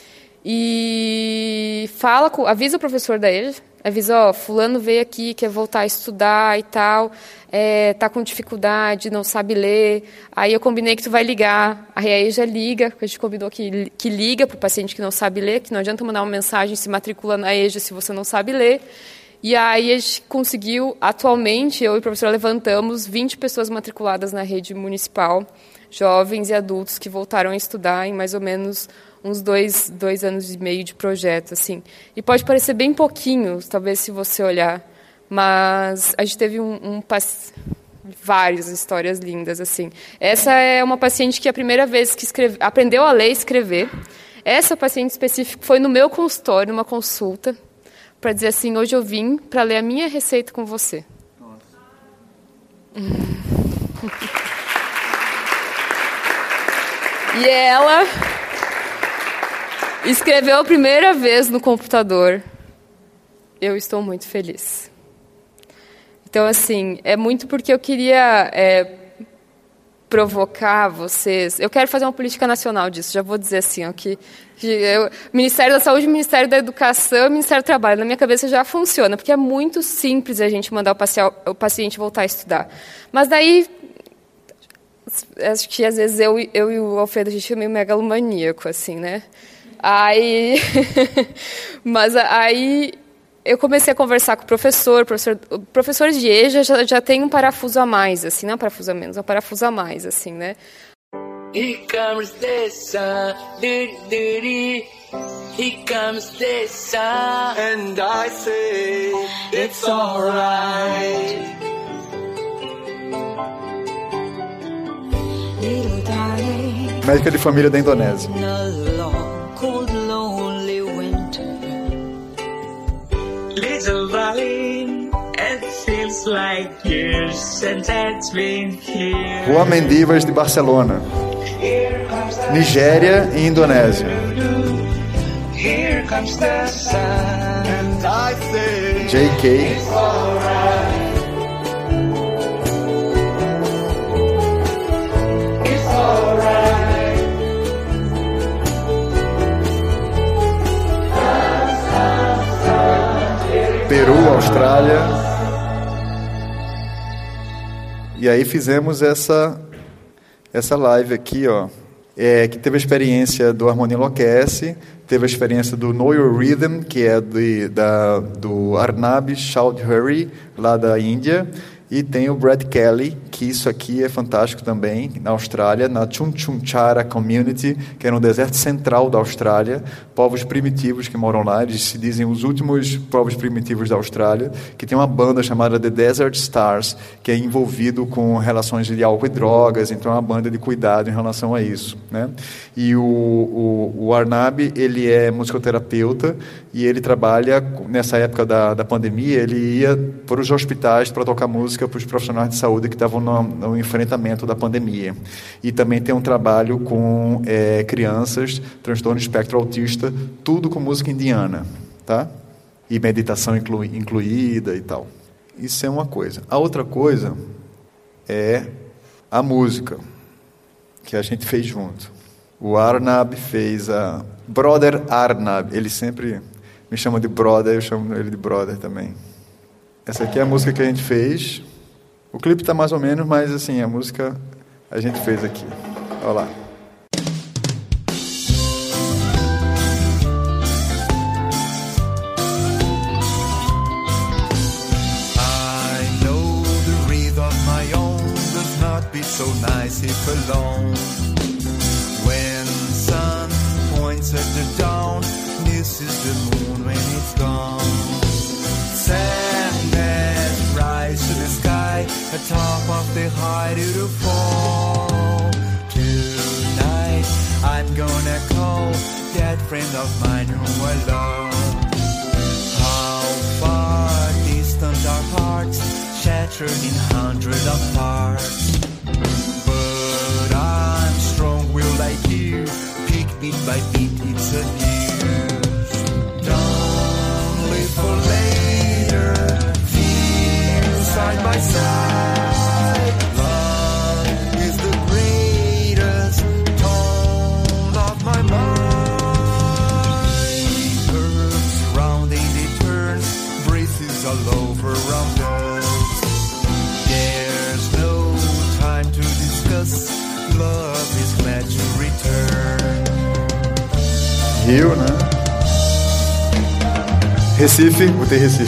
[SPEAKER 3] E avisa o professor da EJA, avisa, fulano veio aqui, quer voltar a estudar e tal, tá com dificuldade, não sabe ler. Aí eu combinei que tu vai ligar. Aí a EJA liga, a gente combinou que liga para o paciente que não sabe ler, que não adianta mandar uma mensagem, se matricula na EJA se você não sabe ler. E aí a gente conseguiu, atualmente, eu e o professor levantamos 20 pessoas matriculadas na rede municipal, jovens e adultos que voltaram a estudar em mais ou menos uns 2 anos e meio de projeto, assim. E pode parecer bem pouquinho, talvez, se você olhar, mas a gente teve várias histórias lindas, assim. Essa é uma paciente que a primeira vez que aprendeu a ler e escrever. Essa paciente específica foi no meu consultório, numa consulta, para dizer assim, hoje eu vim para ler a minha receita com você. E ela escreveu a primeira vez no computador. Eu estou muito feliz. Então, assim, é muito porque eu queria provocar vocês. Eu quero fazer uma política nacional disso, já vou dizer assim, que Ministério da Saúde, Ministério da Educação, Ministério do Trabalho, na minha cabeça já funciona, porque é muito simples a gente mandar o paciente voltar a estudar. Mas daí, acho que às vezes eu e o Alfredo, a gente é meio megalomaníaco, assim, né? Mas aí eu comecei a conversar com o professores de EJA já tem um parafuso a mais, assim, não é um parafuso a menos, é um parafuso a mais, assim, né?
[SPEAKER 5] Here comes the sun, doo-doo-doo. Here comes the sun, and I say it's alright.
[SPEAKER 4] Médica de família da Indonésia.
[SPEAKER 5] Little darling, it feels like years since it's been here.
[SPEAKER 4] Rua Mendivas de Barcelona. Nigéria e Indonésia.
[SPEAKER 5] Here comes the sun, and I say
[SPEAKER 4] JK.
[SPEAKER 5] it's alright. It's alright.
[SPEAKER 4] Peru, Austrália. E aí fizemos essa live aqui, que teve a experiência do Harmonia Enlouquece, teve a experiência do Know Your Rhythm, que é do Arnab Chowdhury, lá da Índia, e tem o Brad Kelly, que isso aqui é fantástico também, na Austrália, na Chunchunchara Community, que é no deserto central da Austrália, povos primitivos que moram lá, eles se dizem os últimos povos primitivos da Austrália, que tem uma banda chamada The Desert Stars, que é envolvido com relações de álcool e drogas, então é uma banda de cuidado em relação a isso, né? E o Arnab, ele é musicoterapeuta, e ele trabalha, nessa época da pandemia, ele ia para os hospitais para tocar música para os profissionais de saúde que estavam no enfrentamento da pandemia. E também tem um trabalho com crianças, transtorno espectro autista, tudo com música indiana, tá? E meditação incluída e tal. Isso é uma coisa. A outra coisa é a música, que a gente fez junto. O Arnab fez a... Brother Arnab, ele sempre me chama de brother, eu chamo ele de brother também. Essa aqui é a música que a gente fez. O clipe está mais ou menos, mas assim, a música a gente fez aqui. Olha lá.
[SPEAKER 6] I know the rhythm of my own does not be so nice if alone. When sun points at the dawn, this is the moon when it's gone. Sadness rise to the sky, atop of the high to the fall. Tonight I'm gonna call that friend of mine whom I love. How far distant our hearts, shattered in hundreds of parts. But I'm strong-willed like you, pick beat by beat it's a new.
[SPEAKER 4] Rio, né? Recife, botei Recife.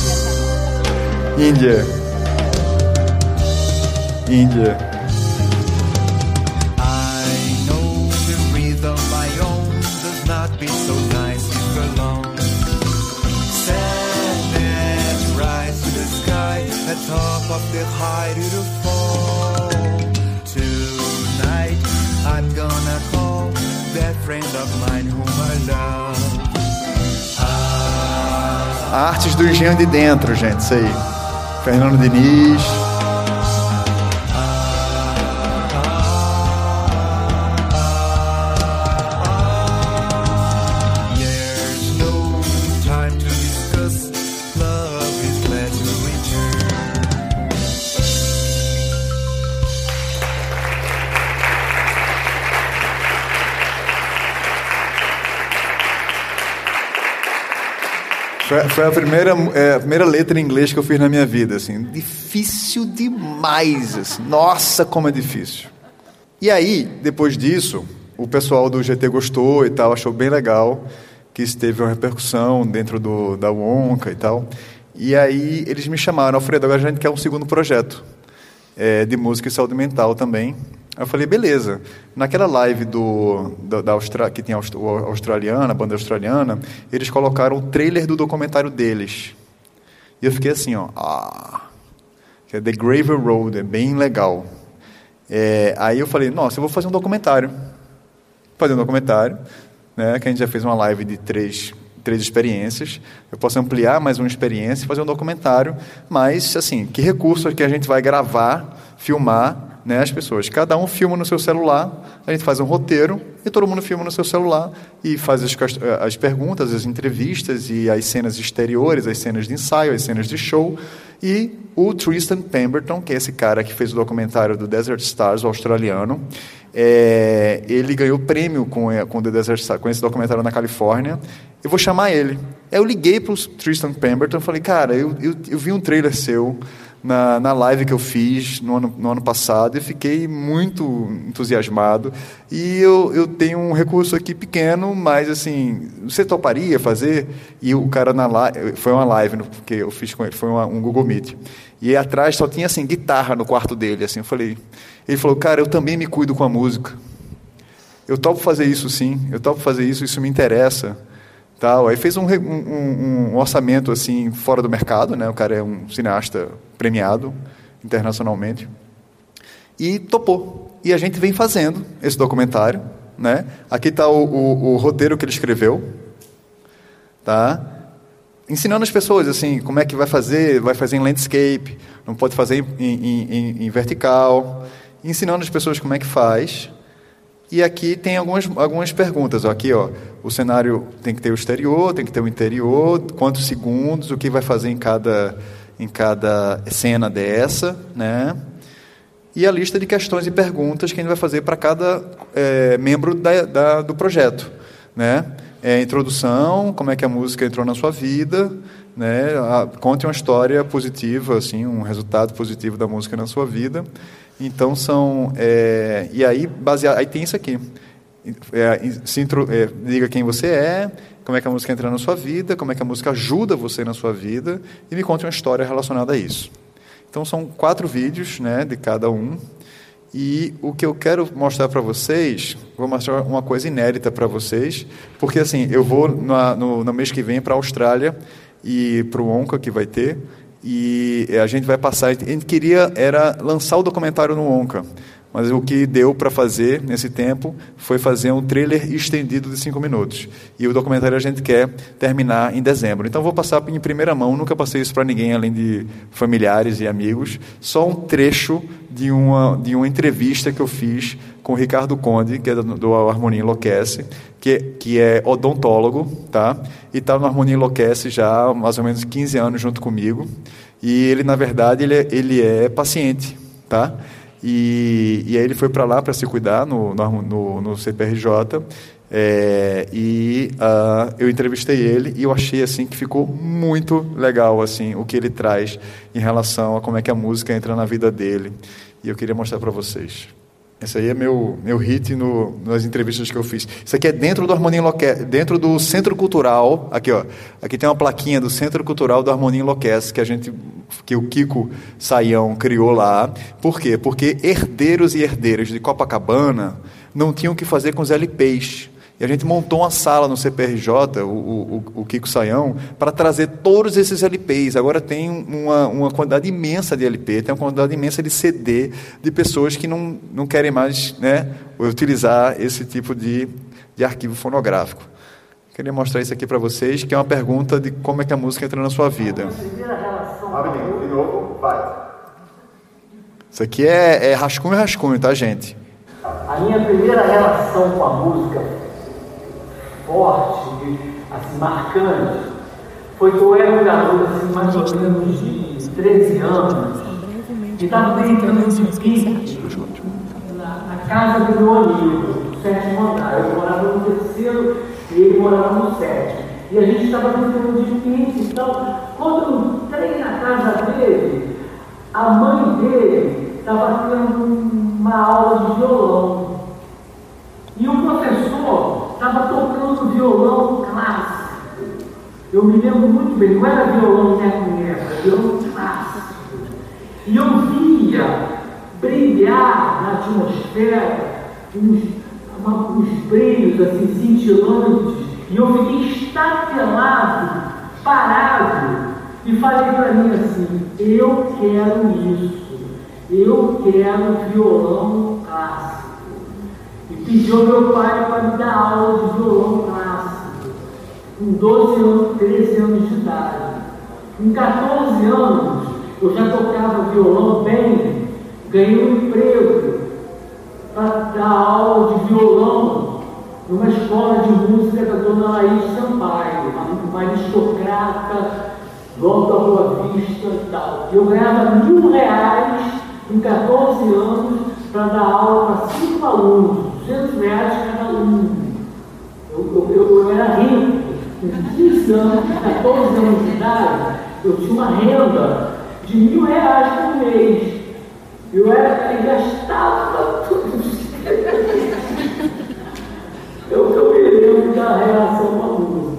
[SPEAKER 4] Índia.
[SPEAKER 6] I know the rhythm I own does not beat so nice if alone. Sadness rise to the sky, at top of the high to the fall. Tonight I'm gonna call that friend of mine whom I love.
[SPEAKER 4] Artes do Engenho de Dentro, gente, isso aí. Fernando Diniz. Foi a primeira letra em inglês que eu fiz na minha vida, assim, difícil demais, assim. Nossa, como é difícil. E aí, depois disso, o pessoal do GT gostou e tal, achou bem legal, que isso teve uma repercussão dentro da Wonka e tal. E aí eles me chamaram, Alfredo, agora a gente quer um segundo projeto de música e saúde mental também. Aí eu falei, beleza. Naquela live que tinha a banda australiana, eles colocaram o trailer do documentário deles. E eu fiquei assim, que é The Gravel Road, é bem legal. Aí eu falei, nossa, eu vou fazer um documentário. Né, que a gente já fez uma live de três experiências. Eu posso ampliar mais uma experiência e fazer um documentário, mas, assim, que recurso que a gente vai gravar, filmar, né, as pessoas. Cada um filma no seu celular, a gente faz um roteiro e todo mundo filma no seu celular e faz as perguntas, as entrevistas e as cenas exteriores, as cenas de ensaio, as cenas de show. E o Tristan Pemberton, que é esse cara que fez o documentário do Desert Stars, o australiano, ele ganhou prêmio com The Desert Stars, com esse documentário na Califórnia. Eu vou chamar ele. Aí eu liguei para o Tristan Pemberton e falei, cara, eu vi um trailer seu na live que eu fiz no ano passado e fiquei muito entusiasmado. E eu tenho um recurso aqui pequeno, mas, assim, você toparia fazer? E o cara na live, foi uma live que eu fiz com ele, foi um Google Meet. E atrás só tinha, assim, guitarra no quarto dele, assim, ele falou, cara, eu também me cuido com a música. Eu topo fazer isso, sim, isso me interessa. Tal. Aí fez um orçamento, assim, fora do mercado, né? O cara é um cineasta premiado internacionalmente. E topou. E a gente vem fazendo esse documentário, né? Aqui está o roteiro que ele escreveu, tá? Ensinando as pessoas, assim, como é que vai fazer em landscape, não pode fazer em vertical, ensinando as pessoas como é que faz. E aqui tem algumas perguntas. Aqui, o cenário tem que ter o exterior, tem que ter o interior, quantos segundos, o que vai fazer em cada cena dessa, né? E a lista de questões e perguntas que a gente vai fazer para cada membro do projeto, né? Introdução, como é que a música entrou na sua vida, né? Conte uma história positiva, assim, um resultado positivo da música na sua vida. Então e aí aí tem isso aqui. Diga quem você é, como é que a música entra na sua vida, como é que a música ajuda você na sua vida e me conte uma história relacionada a isso. Então são 4 vídeos, né, de cada um. E o que eu quero mostrar para vocês, vou mostrar uma coisa inédita para vocês, porque, assim, eu vou no mês que vem para a Austrália e para o Wonka que vai ter. E a gente vai passar. A gente queria lançar o documentário no Wonka, mas o que deu para fazer nesse tempo foi fazer um trailer estendido de 5 minutos. E o documentário a gente quer terminar em dezembro. Então vou passar em primeira mão, nunca passei isso para ninguém além de familiares e amigos, só um trecho de uma entrevista que eu fiz com o Ricardo Conde, que é do Harmonia Enlouquece, que é odontólogo, tá? E está no Harmonia Enlouquece já há mais ou menos 15 anos junto comigo. E ele, na verdade, ele é paciente, tá? E aí ele foi para lá para se cuidar no CPRJ. Eu entrevistei ele e eu achei, assim, que ficou muito legal, assim, o que ele traz em relação a como é que a música entra na vida dele. E eu queria mostrar para vocês. Esse aí é meu hit nas entrevistas que eu fiz. Isso aqui é dentro do Harmonia Enlouquece, dentro do Centro Cultural. Aqui, ó. Aqui tem uma plaquinha do Centro Cultural do Harmonia Enlouquece, que o Kiko Saião criou lá. Por quê? Porque herdeiros e herdeiras de Copacabana não tinham o que fazer com os LPs. E a gente montou uma sala no CPRJ, o Kiko Saião, para trazer todos esses LPs. Agora tem uma quantidade imensa de LP, tem uma quantidade imensa de CD, de pessoas que não querem mais, né, utilizar esse tipo de arquivo fonográfico. Queria mostrar isso aqui para vocês, que é uma pergunta de como é que a música entra na sua vida. De novo, vai. Isso aqui é rascunho, tá, gente?
[SPEAKER 7] A minha primeira relação com a música forte, assim, marcante, foi que eu era um garoto, assim, mais ou menos de 13 anos, e estava brincando de pique na casa do meu amigo, no 7º andar. Eu morava no 3º e ele morava no 7º. E a gente estava brincando de pique. Então, quando eu entrei na casa dele, a mãe dele estava tendo uma aula de violão. E o professor estava tocando violão clássico. Eu me lembro muito bem, não era violão neco-neco, era violão clássico. E eu via brilhar na atmosfera uns brilhos assim, cintilantes. E eu fiquei estatelado, parado, e falei para mim assim: eu quero isso, eu quero violão clássico. E pediu ao meu pai para me dar aula de violão clássico, com 12 anos, 13 anos de idade. Com 14 anos, eu já tocava violão bem, ganhei um emprego para dar aula de violão numa escola de música da dona Laís Sampaio, uma aristocrata, logo da Boa Vista e tal. Eu ganhava R$1.000 com 14 anos para dar aula para 5 alunos, R$200 cada aluno. Eu era rico, com 15 anos, 14 anos de idade, eu tinha uma renda de R$1.000 por mês. Eu gastava tudo. Eu me lembro da relação com a música.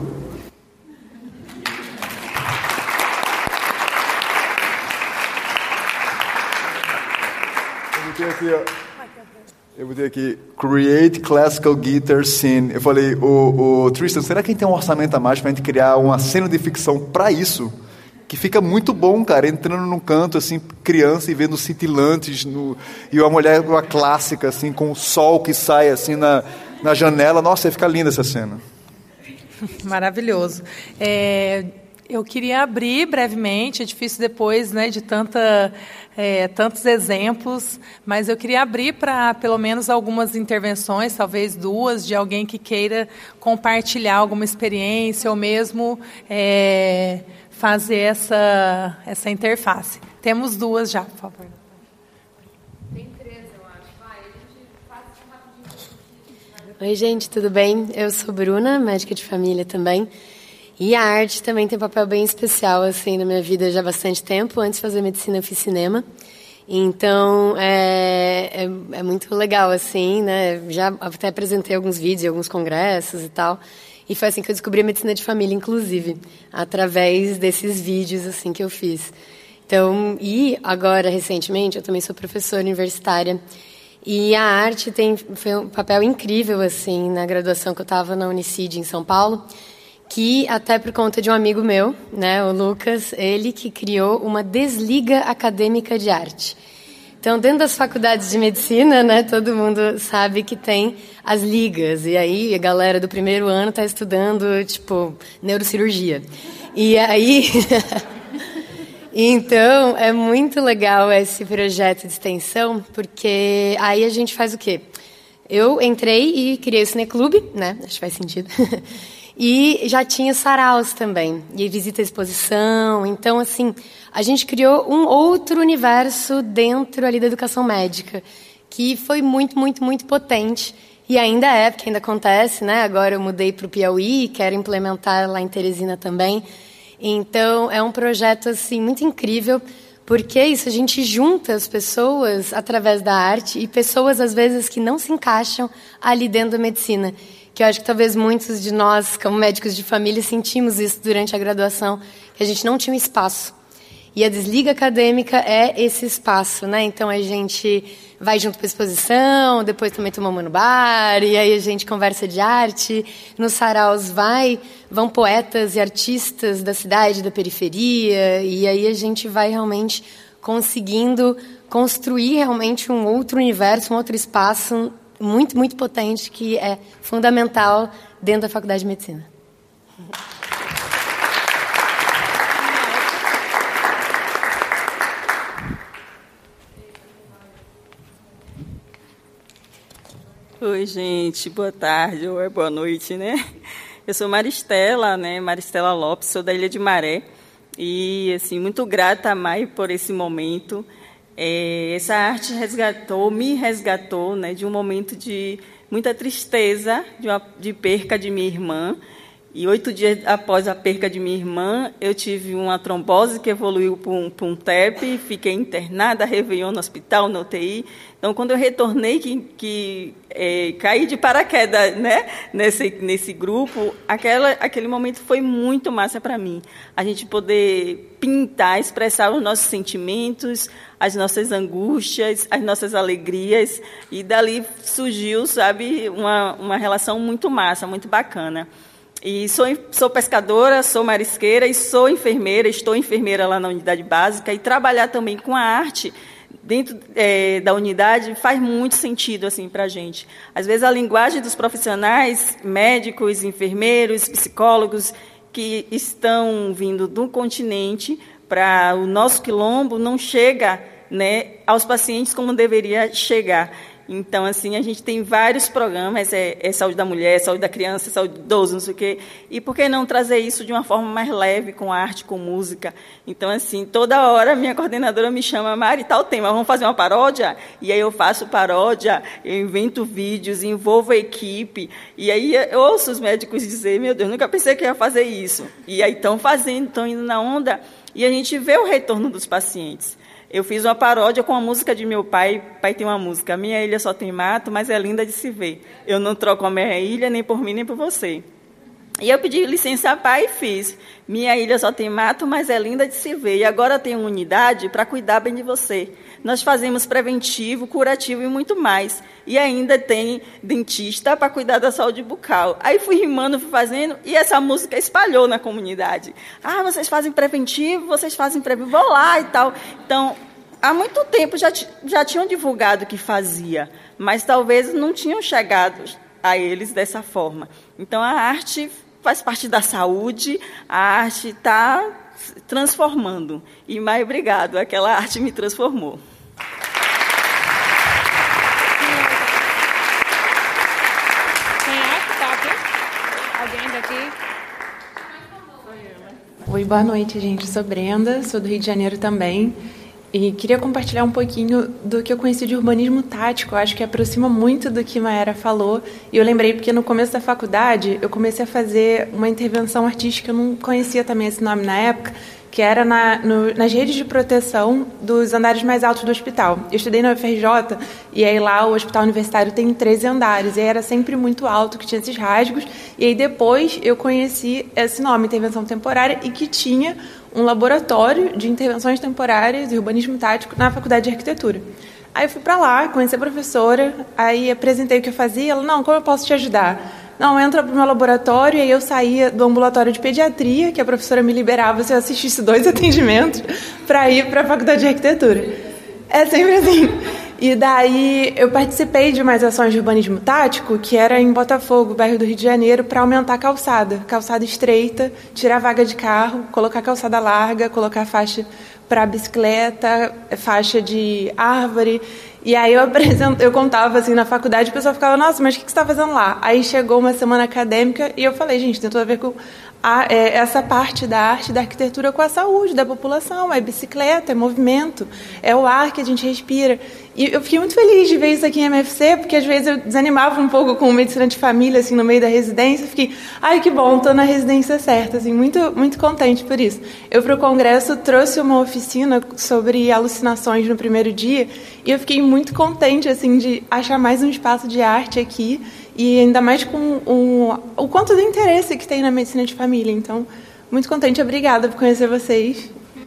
[SPEAKER 4] Eu botei aqui, create classical guitar scene. Eu falei, o Tristan, será que a gente tem um orçamento a mais para a gente criar uma cena de ficção para isso? Que fica muito bom, cara, entrando num canto, assim, criança e vendo cintilantes, e uma mulher uma clássica, assim, com o sol que sai, assim, na janela. Nossa, fica linda essa cena.
[SPEAKER 2] Maravilhoso. Eu queria abrir brevemente, é difícil depois, né, de tantos exemplos, mas eu queria abrir para pelo menos algumas intervenções, talvez 2, de alguém que queira compartilhar alguma experiência ou mesmo fazer essa interface. Temos 2 já, por favor.
[SPEAKER 3] Tem 3, eu acho. Vai, a gente faz rapidinho.
[SPEAKER 8] Oi, gente, tudo bem? Eu sou Bruna, médica de família também. E a arte também tem um papel bem especial assim, na minha vida já há bastante tempo. Antes de fazer medicina, eu fiz cinema. Então, é muito legal, assim, né? Já até apresentei alguns vídeos, alguns congressos e tal. E foi assim que eu descobri a medicina de família, inclusive, através desses vídeos assim que eu fiz. Então, e agora, recentemente, eu também sou professora universitária. E a arte foi um papel incrível, assim, na graduação que eu estava na Unicid, em São Paulo, que até por conta de um amigo meu, né, o Lucas, ele que criou uma desliga acadêmica de arte. Então, dentro das faculdades de medicina, né, todo mundo sabe que tem as ligas. E aí, a galera do primeiro ano está estudando, tipo, neurocirurgia. E aí... Então, é muito legal esse projeto de extensão, porque aí a gente faz o quê? Eu entrei e criei o Cineclube, né? Acho que faz sentido. E já tinha saraus também, e visita à exposição. Então, assim, a gente criou um outro universo dentro ali da educação médica, que foi muito, muito, muito potente. E ainda é, porque ainda acontece, né? Agora eu mudei para o Piauí, quero implementar lá em Teresina também. Então, é um projeto assim muito incrível, Porque isso, a gente junta as pessoas através da arte e pessoas, às vezes, que não se encaixam ali dentro da medicina. Que eu acho que talvez muitos de nós, como médicos de família, sentimos isso durante a graduação, que a gente não tinha um espaço. E a desliga acadêmica é esse espaço, né? Então, a gente vai junto para a exposição, depois também tomamos no bar, e aí a gente conversa de arte. Nos saraus vão poetas e artistas da cidade, da periferia, e aí a gente vai realmente conseguindo construir realmente um outro universo, um outro espaço muito, muito potente, que é fundamental dentro da Faculdade de Medicina.
[SPEAKER 9] Oi, gente, boa tarde ou boa noite, né? Eu sou Maristela, né? Maristela Lopes, sou da Ilha de Maré e, assim, muito grata a Mai por esse momento. Essa arte me resgatou, né, de um momento de muita tristeza, de perca de minha irmã. E 8 dias após a perca de minha irmã, eu tive uma trombose que evoluiu para um TEP, fiquei internada, Réveillon no hospital, no UTI. Então, quando eu retornei, caí de paraquedas, né, nesse grupo, aquele momento foi muito massa para mim. A gente poder pintar, expressar os nossos sentimentos, as nossas angústias, as nossas alegrias, e dali surgiu, sabe, uma relação muito massa, muito bacana. E sou pescadora, sou marisqueira e sou enfermeira, estou enfermeira lá na unidade básica, e trabalhar também com a arte dentro da unidade faz muito sentido assim, para a gente. Às vezes a linguagem dos profissionais, médicos, enfermeiros, psicólogos, que estão vindo do continente para o nosso quilombo, não chega, né, aos pacientes como deveria chegar. Então, assim, a gente tem vários programas, saúde da mulher, saúde da criança, saúde do idoso, não sei o quê. E por que não trazer isso de uma forma mais leve, com arte, com música? Então, assim, toda hora minha coordenadora me chama, Mari, tal tema, vamos fazer uma paródia? E aí eu faço paródia, eu invento vídeos, envolvo a equipe. E aí eu ouço os médicos dizer, meu Deus, nunca pensei que ia fazer isso. E aí estão fazendo, estão indo na onda, e a gente vê o retorno dos pacientes. Eu fiz uma paródia com a música de meu pai. Pai tem uma música, minha ilha só tem mato, mas é linda de se ver. Eu não troco a minha ilha, nem por mim, nem por você. E eu pedi licença a pai e fiz. Minha ilha só tem mato, mas é linda de se ver. E agora tem uma unidade para cuidar bem de você. Nós fazemos preventivo, curativo e muito mais. E ainda tem dentista para cuidar da saúde bucal. Aí fui rimando, fui fazendo, e essa música espalhou na comunidade. Ah, vocês fazem preventivo, vou lá e tal. Então, há muito tempo já tinham divulgado que fazia, mas talvez não tinham chegado a eles dessa forma. Então, a arte faz parte da saúde, a arte está transformando. E, Mai, obrigado, aquela arte me transformou.
[SPEAKER 10] Quem é que está aqui? Alguém daqui?
[SPEAKER 11] Oi, boa noite, gente. Sou Brenda, sou do Rio de Janeiro também. E queria compartilhar um pouquinho do que eu conheci de urbanismo tático. Eu acho que aproxima muito do que Mayara falou. E eu lembrei porque no começo da faculdade eu comecei a fazer uma intervenção artística, eu não conhecia também esse nome na época, que era nas redes de proteção dos andares mais altos do hospital. Eu estudei na UFRJ, e aí lá o hospital universitário tem 13 andares, e aí era sempre muito alto, que tinha esses rasgos, e aí depois eu conheci esse nome, intervenção temporária, e que tinha um laboratório de intervenções temporárias e urbanismo tático na Faculdade de Arquitetura. Aí eu fui para lá, conheci a professora, aí apresentei o que eu fazia, ela, não, como eu posso te ajudar? Não, entra para o meu laboratório, e aí eu saía do ambulatório de pediatria, que a professora me liberava se eu assistisse 2 atendimentos, para ir para a Faculdade de Arquitetura. É sempre assim. E daí eu participei de umas ações de urbanismo tático, que era em Botafogo, bairro do Rio de Janeiro, para aumentar a calçada estreita, tirar a vaga de carro, colocar calçada larga, colocar faixa para bicicleta, faixa de árvore. E aí eu contava assim na faculdade, o pessoal ficava, nossa, mas o que você está fazendo lá? Aí chegou uma semana acadêmica e eu falei, gente, tem tudo a ver com essa parte da arte da arquitetura com a saúde da população, é bicicleta, é movimento, é o ar que a gente respira. E eu fiquei muito feliz de ver isso aqui em MFC, porque às vezes eu desanimava um pouco com medicina de família, assim, no meio da residência. Fiquei, ai, que bom, estou na residência certa, assim, muito, muito contente por isso. Eu, para o congresso, trouxe uma oficina sobre alucinações no primeiro dia, e eu fiquei muito contente, assim, de achar mais um espaço de arte aqui, e ainda mais com o quanto de interesse que tem na medicina de família. Então, muito contente. Obrigada por conhecer vocês.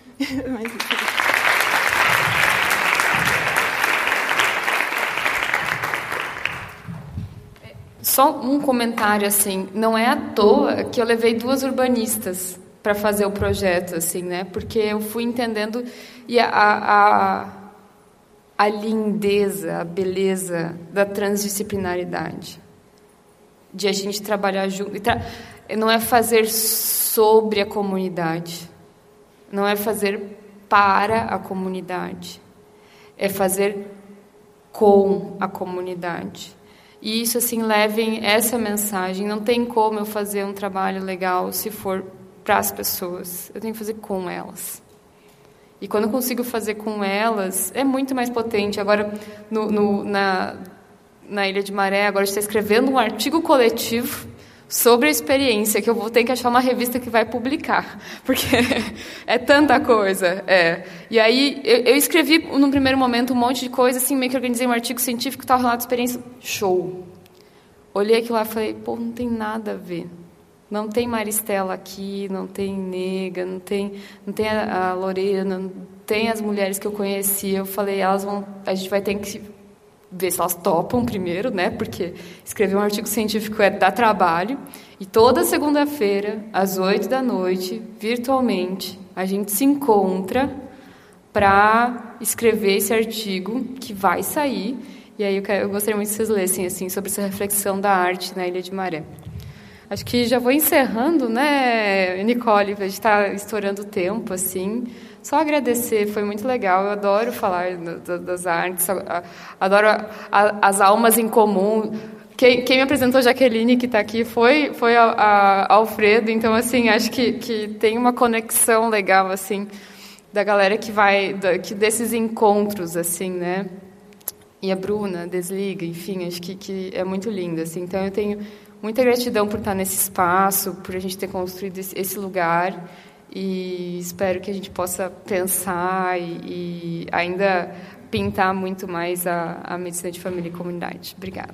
[SPEAKER 3] Só um comentário, assim, não é à toa que eu levei 2 urbanistas para fazer o projeto, assim, né? Porque eu fui entendendo e a lindeza, a beleza da transdisciplinaridade, de a gente trabalhar junto. Não é fazer sobre a comunidade, não é fazer para a comunidade, é fazer com a comunidade. E isso, assim, levem essa mensagem. Não tem como eu fazer um trabalho legal se for para as pessoas. Eu tenho que fazer com elas. E quando eu consigo fazer com elas, é muito mais potente. Agora, na Ilha de Maré, agora a gente está escrevendo um artigo coletivo sobre a experiência, que eu vou ter que achar uma revista que vai publicar, porque é tanta coisa. E aí, eu escrevi, num primeiro momento, um monte de coisa, assim, meio que organizei um artigo científico, tal, relato de experiência, show. Olhei aquilo lá e falei, pô, não tem nada a ver. Não tem Maristela aqui, não tem Nega, não tem a Lorena, não tem as mulheres que eu conhecia. Eu falei, a gente vai ter que ver se elas topam primeiro, né? Porque escrever um artigo científico dá trabalho. E toda segunda-feira, às 20h, virtualmente, a gente se encontra para escrever esse artigo que vai sair. E aí eu gostaria muito que vocês lessem, assim, sobre essa reflexão da arte na Ilha de Maré. Acho que já vou encerrando, né, Nicole? A gente está estourando o tempo, assim. Só agradecer, foi muito legal. Eu adoro falar das artes, adoro as almas em comum. Quem me apresentou, Jaqueline, que está aqui, foi a Alfredo. Então, assim, acho que tem uma conexão legal, assim, da galera que desses encontros, assim, né? E a Bruna, Desliga, enfim, acho que é muito lindo, assim. Então, eu tenho muita gratidão por estar nesse espaço, por a gente ter construído esse lugar. E espero que a gente possa pensar e ainda pintar muito mais a medicina de família e comunidade. Obrigada.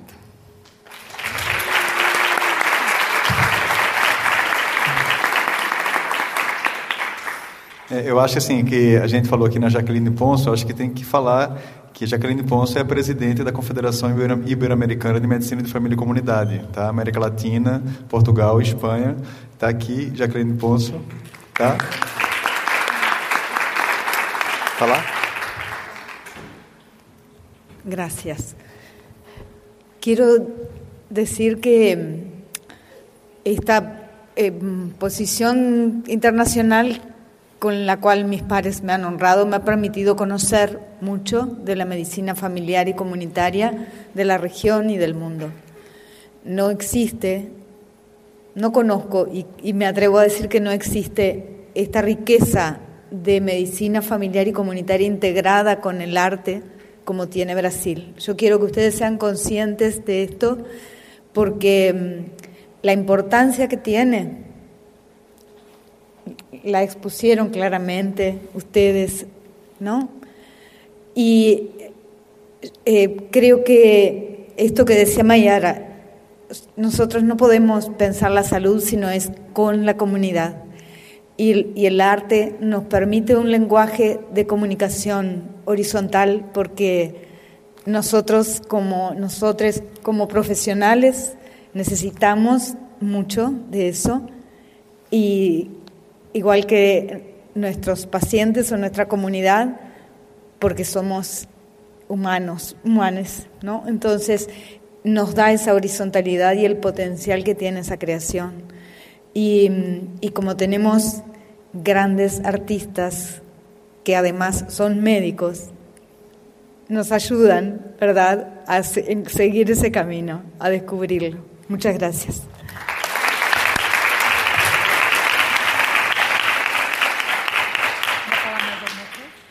[SPEAKER 4] Eu acho assim que a gente falou aqui na Jaqueline Ponço, eu acho que tem que falar que Jaqueline Ponço é a presidente da Confederação Ibero-Americana de Medicina de Família e Comunidade, tá? América Latina, Portugal, Espanha. Está aqui Jaqueline Ponço. ¿Tá? ¿Fala?
[SPEAKER 12] Gracias. Quiero decir que esta posición internacional con la cual mis pares me han honrado me ha permitido conocer mucho de la medicina familiar y comunitaria de la región y del mundo. No existe, no conozco y me atrevo a decir que no existe esta riqueza de medicina familiar y comunitaria integrada con el arte como tiene Brasil. Yo quiero que ustedes sean conscientes de esto porque la importancia que tiene la expusieron claramente ustedes, ¿no? Y creo que esto que decía Mayara, nosotros no podemos pensar la salud si no es con la comunidad. Y el arte nos permite un lenguaje de comunicación horizontal porque nosotros como profesionales necesitamos mucho de eso y igual que nuestros pacientes o nuestra comunidad porque somos humanos, ¿no? Entonces nos da esa horizontalidad y el potencial que tiene esa creación. Y como tenemos grandes artistas que además son médicos, nos ayudan, ¿verdad?, a seguir ese camino, a descubrirlo. Muchas gracias.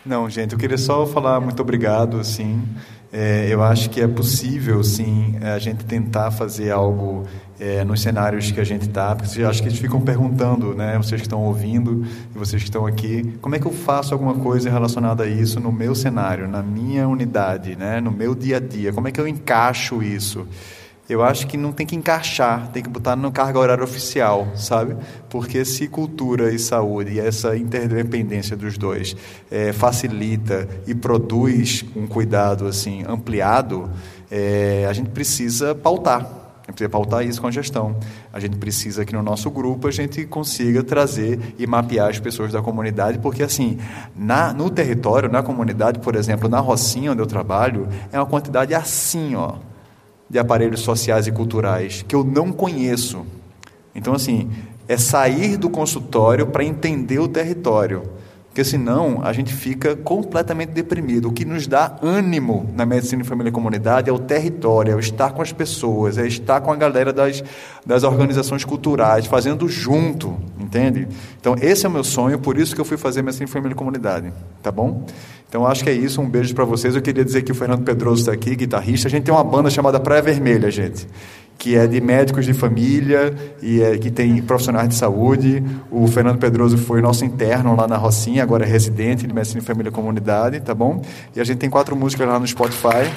[SPEAKER 4] Não, gente, eu queria só falar muito obrigado, assim. Eu acho que é possível, sim, a gente tentar fazer algo nos cenários que a gente está, porque eu acho que eles ficam perguntando, né, vocês que estão ouvindo e vocês que estão aqui, como é que eu faço alguma coisa relacionada a isso no meu cenário, na minha unidade, né, no meu dia a dia, como é que eu encaixo isso? Eu acho que não tem que encaixar, tem que botar na carga horária oficial, sabe? Porque se cultura e saúde, e essa interdependência dos dois, facilita e produz um cuidado assim, ampliado, a gente precisa pautar. A gente precisa pautar isso com a gestão. A gente precisa que no nosso grupo a gente consiga trazer e mapear as pessoas da comunidade, porque assim, no território, na comunidade, por exemplo, na Rocinha, onde eu trabalho, é uma quantidade assim, ó, de aparelhos sociais e culturais que eu não conheço. Então, assim, é sair do consultório para entender o território, porque senão a gente fica completamente deprimido. O que nos dá ânimo na medicina de família e comunidade é o território, é o estar com as pessoas, é estar com a galera das organizações culturais, fazendo junto, entende? Então, esse é o meu sonho, por isso que eu fui fazer medicina de família e comunidade, tá bom? Então, acho que é isso, um beijo para vocês. Eu queria dizer que o Fernando Pedroso está aqui, guitarrista. A gente tem uma banda chamada Praia Vermelha, gente, que é de médicos de família e que tem profissionais de saúde. O Fernando Pedroso foi nosso interno lá na Rocinha, agora é residente de medicina de família e comunidade, tá bom? E a gente tem 4 músicas lá no Spotify.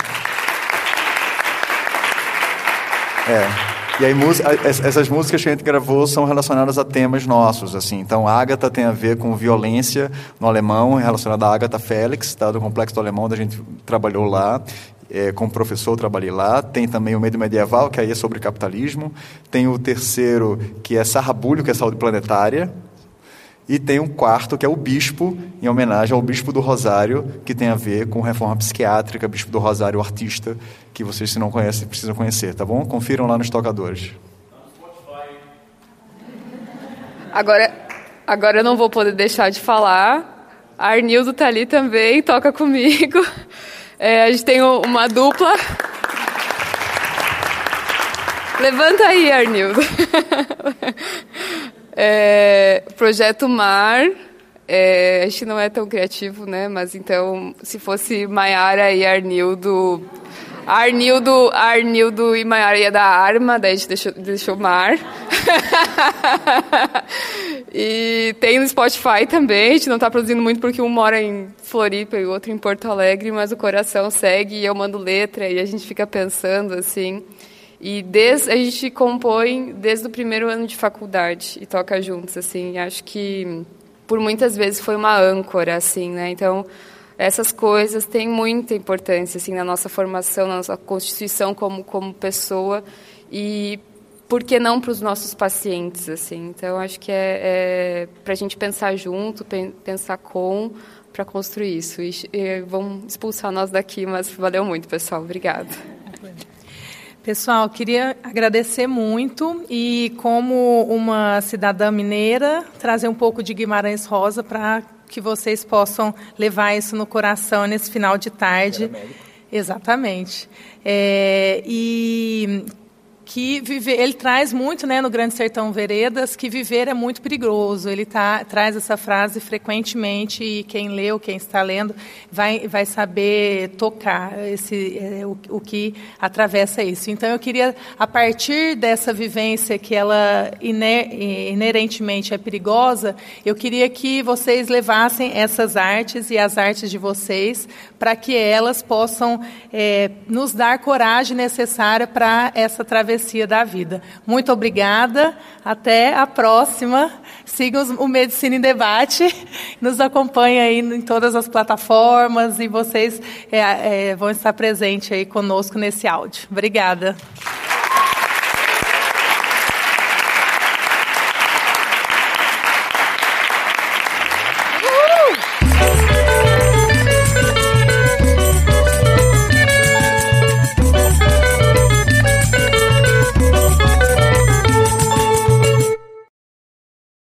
[SPEAKER 4] E aí, essas músicas que a gente gravou são relacionadas a temas nossos, assim. Então, Ágata tem a ver com violência no alemão, relacionada a Ágata Félix, tá, do Complexo do Alemão, da gente trabalhou lá. Como professor, trabalhei lá. Tem também o Medo Medieval, que aí é sobre capitalismo. Tem o terceiro, que é Sarrabulho, que é saúde planetária. E tem um quarto, que é o Bispo, em homenagem ao Bispo do Rosário, que tem a ver com reforma psiquiátrica, Bispo do Rosário, o artista, que vocês, se não conhecem, precisam conhecer, tá bom? Confiram lá nos tocadores.
[SPEAKER 3] Agora eu não vou poder deixar de falar. A Arnildo está ali também, toca comigo. A gente tem uma dupla. Levanta aí, Arnildo. Projeto Mar. A gente não é tão criativo, né? Mas então, se fosse Maiara e Arnildo... Arnildo e Maiara ia dar arma, daí a gente deixou Mar. E tem no Spotify também, a gente não está produzindo muito porque um mora em Floripa e o outro em Porto Alegre, mas o coração segue e eu mando letra e a gente fica pensando assim. E a gente compõe desde o primeiro ano de faculdade e toca juntos, assim. Acho que por muitas vezes foi uma âncora, assim, né? Então, essas coisas têm muita importância, assim, na nossa formação, na nossa constituição como pessoa e por que não para os nossos pacientes, assim. Então, acho que é para a gente pensar junto, pensar para construir isso. E vão expulsar nós daqui, mas valeu muito, pessoal. Obrigada.
[SPEAKER 2] Pessoal, queria agradecer muito e, como uma cidadã mineira, trazer um pouco de Guimarães Rosa para que vocês possam levar isso no coração nesse final de tarde. Exatamente. E que viver, ele traz muito, né, no Grande Sertão Veredas, que viver é muito perigoso. Ele traz essa frase frequentemente e quem leu, quem está lendo, vai saber tocar o que atravessa isso. Então, eu queria, a partir dessa vivência que ela inerentemente é perigosa, eu queria que vocês levassem essas artes e as artes de vocês para que elas possam nos dar coragem necessária para essa travessia da vida. Muito obrigada. Até a próxima. Sigam o Medicina em Debate. Nos acompanhem aí em todas as plataformas e vocês vão estar presentes aí conosco nesse áudio. Obrigada.